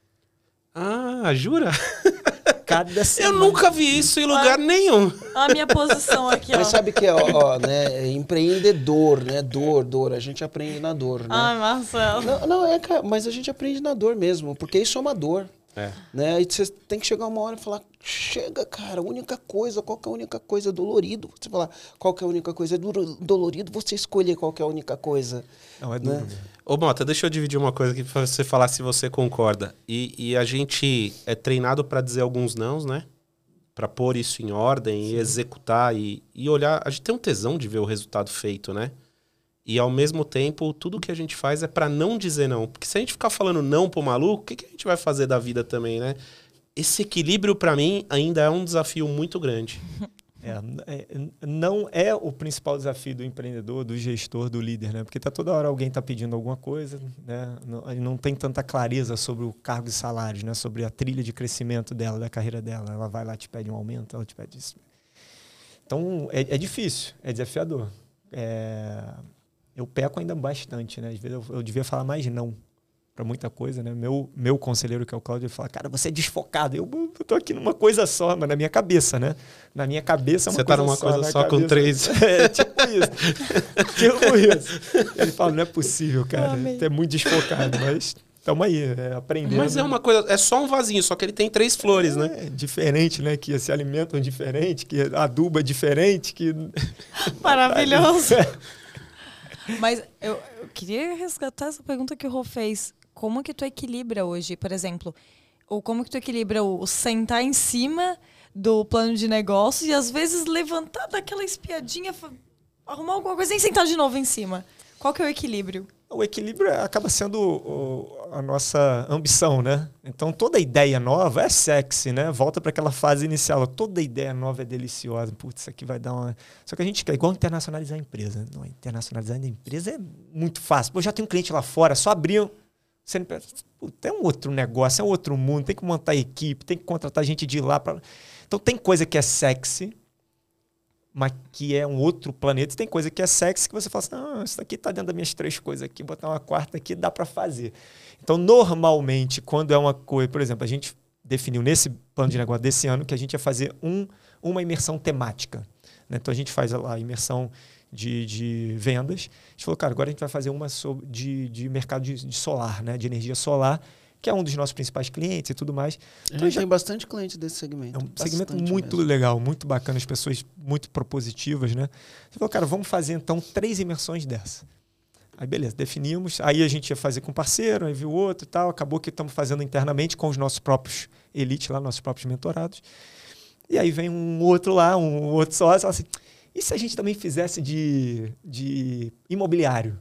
Ah, jura? Cada semana. Eu nunca vi isso em lugar nenhum. A minha posição aqui, ó. Mas sabe que né, empreendedor, né? Dor. A gente aprende na dor, né? Ai, Marcelo. Cara, mas a gente aprende na dor mesmo, porque isso é uma dor. Né? E você tem que chegar uma hora e falar, chega, cara, qual que é a única coisa dolorido? Você falar, qual que é a única coisa dolorido, você escolher qual que é a única coisa. Não, é duro. Né? Ô, Mota, deixa eu dividir uma coisa aqui pra você falar se você concorda. E a gente é treinado para dizer alguns nãos, né? Para pôr isso em ordem. Sim. E executar e olhar. A gente tem um tesão de ver o resultado feito, né? E ao mesmo tempo, tudo que a gente faz é para não dizer não. Porque se a gente ficar falando não pro maluco, o que a gente vai fazer da vida também, né? Esse equilíbrio, para mim, ainda é um desafio muito grande. Não é o principal desafio do empreendedor, do gestor, do líder, né? Porque toda hora alguém está pedindo alguma coisa, né? Não tem tanta clareza sobre o cargo e salários, né? Sobre a trilha de crescimento dela, da carreira dela. Ela vai lá e te pede um aumento, ela te pede isso. Então, é difícil, é desafiador. Eu peco ainda bastante, né? Às vezes eu devia falar mais não para muita coisa, né? Meu conselheiro, que é o Cláudio, ele fala, cara, você é desfocado. Eu tô aqui numa coisa só, mas na minha cabeça, né? Na minha cabeça é uma coisa só. Você tá numa coisa só com 3. Tipo isso. Ele fala, não é possível, cara. Você é muito desfocado, mas estamos aí, aprendendo. Mas é uma coisa, é só um vasinho, só que ele tem 3 flores, né? Diferente, né? Que se alimentam diferente, que aduba diferente, que... Maravilhoso. Mas eu queria resgatar essa pergunta que o Rô fez. Como que tu equilibra hoje, por exemplo? Ou como que tu equilibra o sentar em cima do plano de negócio e às vezes levantar daquela espiadinha, arrumar alguma coisa e sentar de novo em cima? Qual que é o equilíbrio? O equilíbrio acaba sendo a nossa ambição, né? Então, toda ideia nova é sexy, né? Volta para aquela fase inicial. Toda ideia nova é deliciosa. Putz, isso aqui vai dar uma... Só que a gente quer igual internacionalizar a empresa. Não, internacionalizar a empresa é muito fácil. Pô, já tem um cliente lá fora, só abrir... Tem um outro negócio, é um outro mundo. Tem que montar equipe, tem que contratar gente de lá. Então, tem coisa que é sexy, mas que é um outro planeta. Tem coisa que é sexy que você fala assim, não, isso daqui está dentro das minhas 3 coisas aqui, botar uma quarta aqui, dá para fazer. Então, normalmente, quando é uma coisa... Por exemplo, a gente definiu nesse plano de negócio desse ano que a gente ia fazer uma imersão temática. Né? Então, a gente faz a imersão de vendas. A gente falou, cara, agora a gente vai fazer uma de mercado de solar, né? De energia solar, que é um dos nossos principais clientes e tudo mais. Então, tem bastante cliente desse segmento. É um segmento muito mesmo. legal, muito bacana, as pessoas muito propositivas, né? Você falou, cara, vamos fazer então 3 imersões dessa. Aí beleza, definimos. Aí a gente ia fazer com parceiro, aí viu outro e tal. Acabou que estamos fazendo internamente com os nossos próprios elite lá, nossos próprios mentorados. E aí vem um outro lá, um outro sócio, fala assim, e se a gente também fizesse de imobiliário?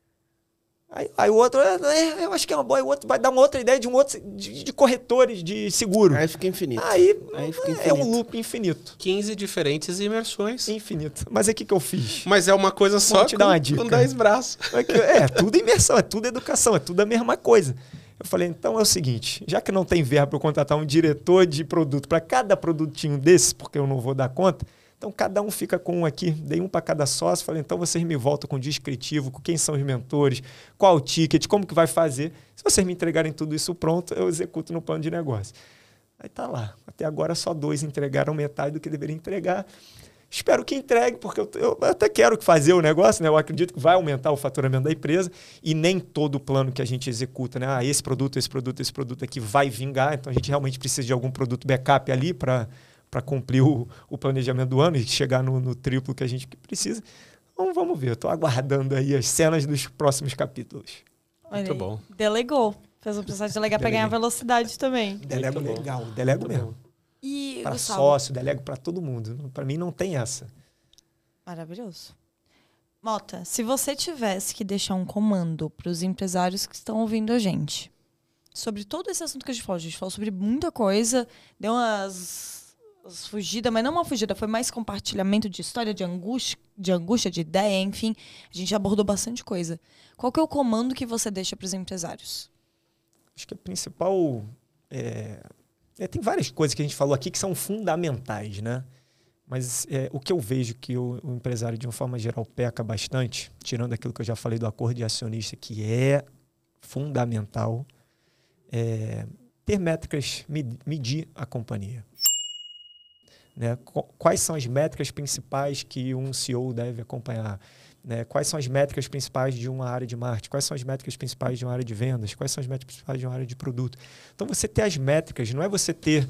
Aí o outro, eu acho que é uma boa, o outro vai dar uma outra ideia de corretores de seguro. Aí fica infinito. Aí fica infinito. é um loop infinito. 15 diferentes imersões. Infinito. Mas aí o que eu fiz? Mas é uma coisa só Vou te dar uma dica. com 10 braços. É tudo imersão, é tudo educação, é tudo a mesma coisa. Eu falei, então é o seguinte, já que não tem verba para eu contratar um diretor de produto para cada produtinho desse, porque eu não vou dar conta, então cada um fica com um aqui, dei um para cada sócio, falei, então vocês me voltam com descritivo, com quem são os mentores, qual o ticket, como que vai fazer. Se vocês me entregarem tudo isso pronto, eu executo no plano de negócio. Aí tá lá, até agora só 2 entregaram metade do que deveriam entregar. Espero que entregue, porque eu até quero fazer o negócio, né? Eu acredito que vai aumentar o faturamento da empresa e nem todo o plano que a gente executa, né? Esse produto aqui vai vingar, então a gente realmente precisa de algum produto backup ali para cumprir o planejamento do ano e chegar no triplo que a gente precisa. Então vamos ver, eu estou aguardando aí as cenas dos próximos capítulos. Muito bom. Delegou. Fez um processo de delegar para ganhar velocidade também. Delego legal, delego mesmo. Para sócio, delego para todo mundo. Para mim não tem essa. Maravilhoso. Mota, se você tivesse que deixar um comando para os empresários que estão ouvindo a gente sobre todo esse assunto que a gente falou sobre muita coisa, deu umas fugidas, mas não uma fugida, foi mais compartilhamento de história, de angústia, de ideia, enfim. A gente abordou bastante coisa. Qual que é o comando que você deixa para os empresários? Acho que a principal... tem várias coisas que a gente falou aqui que são fundamentais, né? Mas o que eu vejo que o empresário, de uma forma geral, peca bastante, tirando aquilo que eu já falei do acordo de acionista, que é fundamental, ter métricas, medir a companhia. Né? Quais são as métricas principais que um CEO deve acompanhar? Né? Quais são as métricas principais de uma área de marketing? Quais são as métricas principais de uma área de vendas? Quais são as métricas principais de uma área de produto? Então, você ter as métricas, não é você ter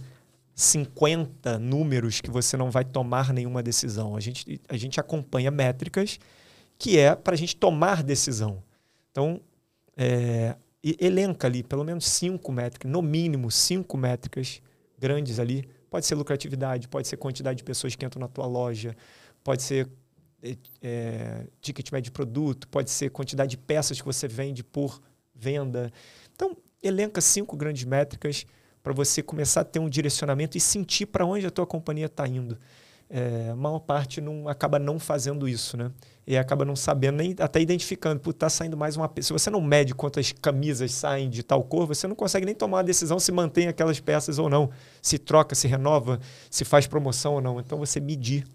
50 números que você não vai tomar nenhuma decisão. A gente acompanha métricas que é para a gente tomar decisão. Então, elenca ali pelo menos 5 métricas, no mínimo 5 métricas grandes ali. Pode ser lucratividade, pode ser quantidade de pessoas que entram na tua loja, pode ser ticket médio de produto, pode ser quantidade de peças que você vende por venda. Então, elenca 5 grandes métricas para você começar a ter um direcionamento e sentir para onde a tua companhia está indo. A maior parte acaba não fazendo isso, né? E acaba não sabendo, nem até identificando. Está saindo mais uma peça. Se você não mede quantas camisas saem de tal cor, você não consegue nem tomar a decisão se mantém aquelas peças ou não. Se troca, se renova, se faz promoção ou não. Então, você medir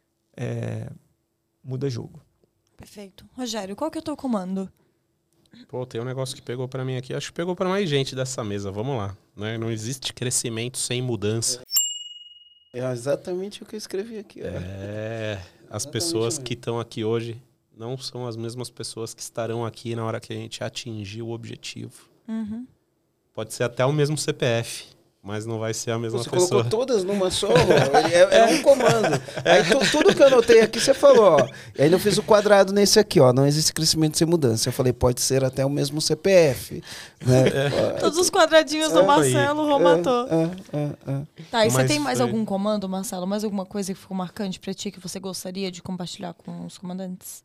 muda jogo. Perfeito. Rogério, qual que é o teu comando? Pô, tem um negócio que pegou para mim aqui. Acho que pegou para mais gente dessa mesa. Vamos lá. Né? Não existe crescimento sem mudança. É exatamente o que eu escrevi aqui. As pessoas que estão aqui hoje não são as mesmas pessoas que estarão aqui na hora que a gente atingir o objetivo. Uhum. Pode ser até o mesmo CPF, mas não vai ser a mesma pessoa. Você colocou todas numa só, é um comando. Aí tudo que eu anotei aqui, você falou, ó. Aí eu fiz o quadrado nesse aqui, ó. Não existe crescimento sem mudança. Eu falei, pode ser até o mesmo CPF. Né? Todos os quadradinhos do Marcelo, o Rô matou. Tá, e você tem mais foi... algum comando, Marcelo? Mais alguma coisa que ficou marcante pra ti que você gostaria de compartilhar com os comandantes?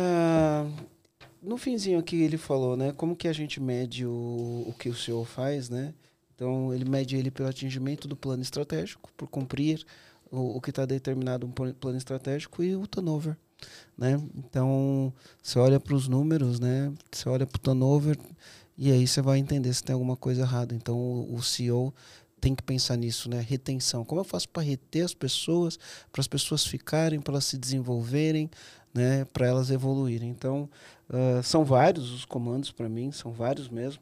No finzinho aqui ele falou, né? Como que a gente mede o que o CEO faz, né? Então, ele mede ele pelo atingimento do plano estratégico, por cumprir o que está determinado no plano estratégico e o turnover, né? Então, você olha para os números, né? Você olha para o turnover e aí você vai entender se tem alguma coisa errada. Então, o CEO tem que pensar nisso, né? Retenção. Como eu faço para reter as pessoas, para as pessoas ficarem, para elas se desenvolverem, né? Para elas evoluírem. Então, são vários os comandos para mim, são vários mesmo.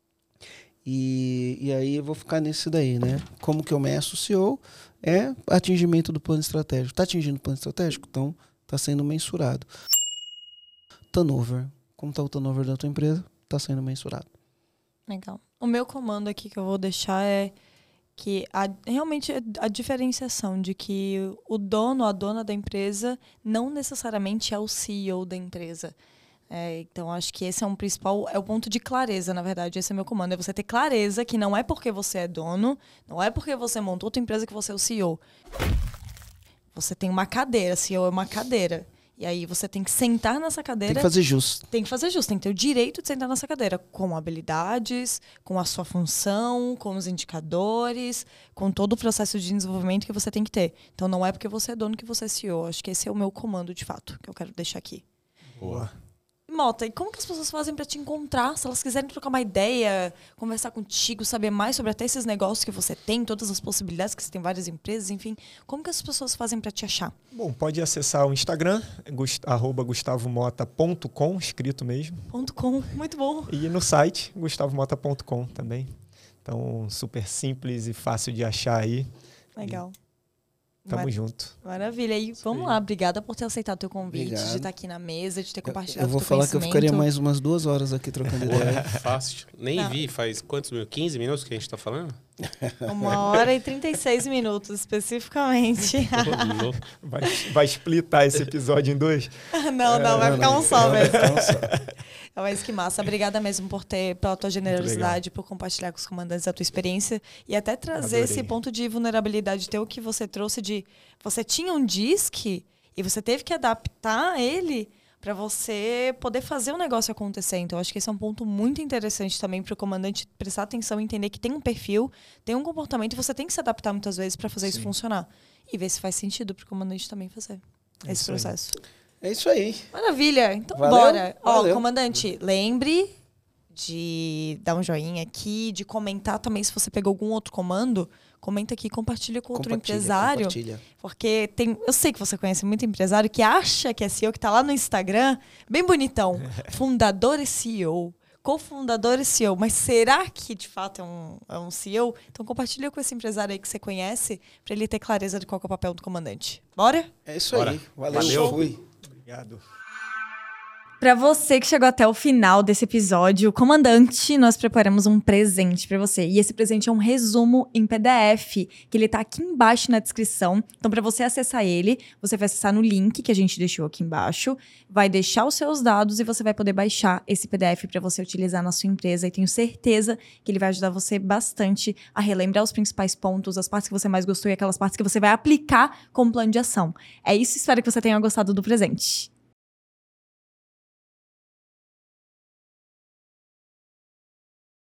E aí eu vou ficar nesse daí, né? Como que eu meço o CEO? É atingimento do plano estratégico. Está atingindo o plano estratégico? Então, está sendo mensurado. Turnover. Como está o turnover da tua empresa? Está sendo mensurado. Legal. O meu comando aqui que eu vou deixar é que realmente a diferenciação de que o dono, a dona da empresa, não necessariamente é o CEO da empresa. Então, acho que esse é é o ponto de clareza, na verdade. Esse é o meu comando. É você ter clareza que não é porque você é dono, não é porque você montou tua empresa que você é o CEO. Você tem uma cadeira, CEO é uma cadeira. E aí você tem que sentar nessa cadeira... Tem que fazer jus. Tem que fazer jus, tem que ter o direito de sentar nessa cadeira com habilidades, com a sua função, com os indicadores, com todo o processo de desenvolvimento que você tem que ter. Então não é porque você é dono que você é CEO. Acho que esse é o meu comando de fato, que eu quero deixar aqui. Boa. Mota, e como que as pessoas fazem para te encontrar? Se elas quiserem trocar uma ideia, conversar contigo, saber mais sobre até esses negócios que você tem, todas as possibilidades, que você tem várias empresas, enfim. Como que as pessoas fazem para te achar? Bom, pode acessar o Instagram, @gustavomota.com, escrito mesmo. .com, muito bom. E no site, gustavomota.com também. Então, super simples e fácil de achar aí. Legal. Tamo junto. Maravilha. E vamos lá, obrigada por ter aceitado o teu convite, Obrigado. de estar aqui na mesa, de ter compartilhado Eu vou teu falar que eu ficaria conhecimento. mais umas 2 horas aqui trocando ideia. Fácil. Nem vi, faz quantos minutos? 15 minutos que a gente tá falando? 1h36, especificamente. Vai splitar esse episódio em 2? Não, vai ficar um só mesmo. Vai ficar um só. Mas que massa. Obrigada mesmo pela tua generosidade, por compartilhar com os comandantes a tua experiência e até trazer esse ponto de vulnerabilidade teu que você trouxe de... Você tinha um DISC e você teve que adaptar ele para você poder fazer o negócio acontecer. Então, acho que esse é um ponto muito interessante também para o comandante prestar atenção e entender que tem um perfil, tem um comportamento e você tem que se adaptar muitas vezes para fazer isso funcionar. E ver se faz sentido para o comandante também fazer esse processo. É isso aí. Maravilha. Então, Valeu, bora. valeu. Ó, comandante, lembre de dar um joinha aqui, de comentar também se você pegou algum outro comando. Comenta aqui, compartilha com outro empresário. Compartilha. Porque eu sei que você conhece muito empresário que acha que é CEO, que tá lá no Instagram, bem bonitão. Fundador e CEO. Cofundador e CEO. Mas será que de fato é um CEO? Então compartilha com esse empresário aí que você conhece, para ele ter clareza de qual que é o papel do comandante. Bora? É isso Bora. aí. Valeu. Fui. Obrigado. Para você que chegou até o final desse episódio, comandante, nós preparamos um presente para você. E esse presente é um resumo em PDF, que ele tá aqui embaixo na descrição. Então, para você acessar ele, você vai acessar no link que a gente deixou aqui embaixo, vai deixar os seus dados e você vai poder baixar esse PDF para você utilizar na sua empresa. E tenho certeza que ele vai ajudar você bastante a relembrar os principais pontos, as partes que você mais gostou e aquelas partes que você vai aplicar como plano de ação. É isso, espero que você tenha gostado do presente.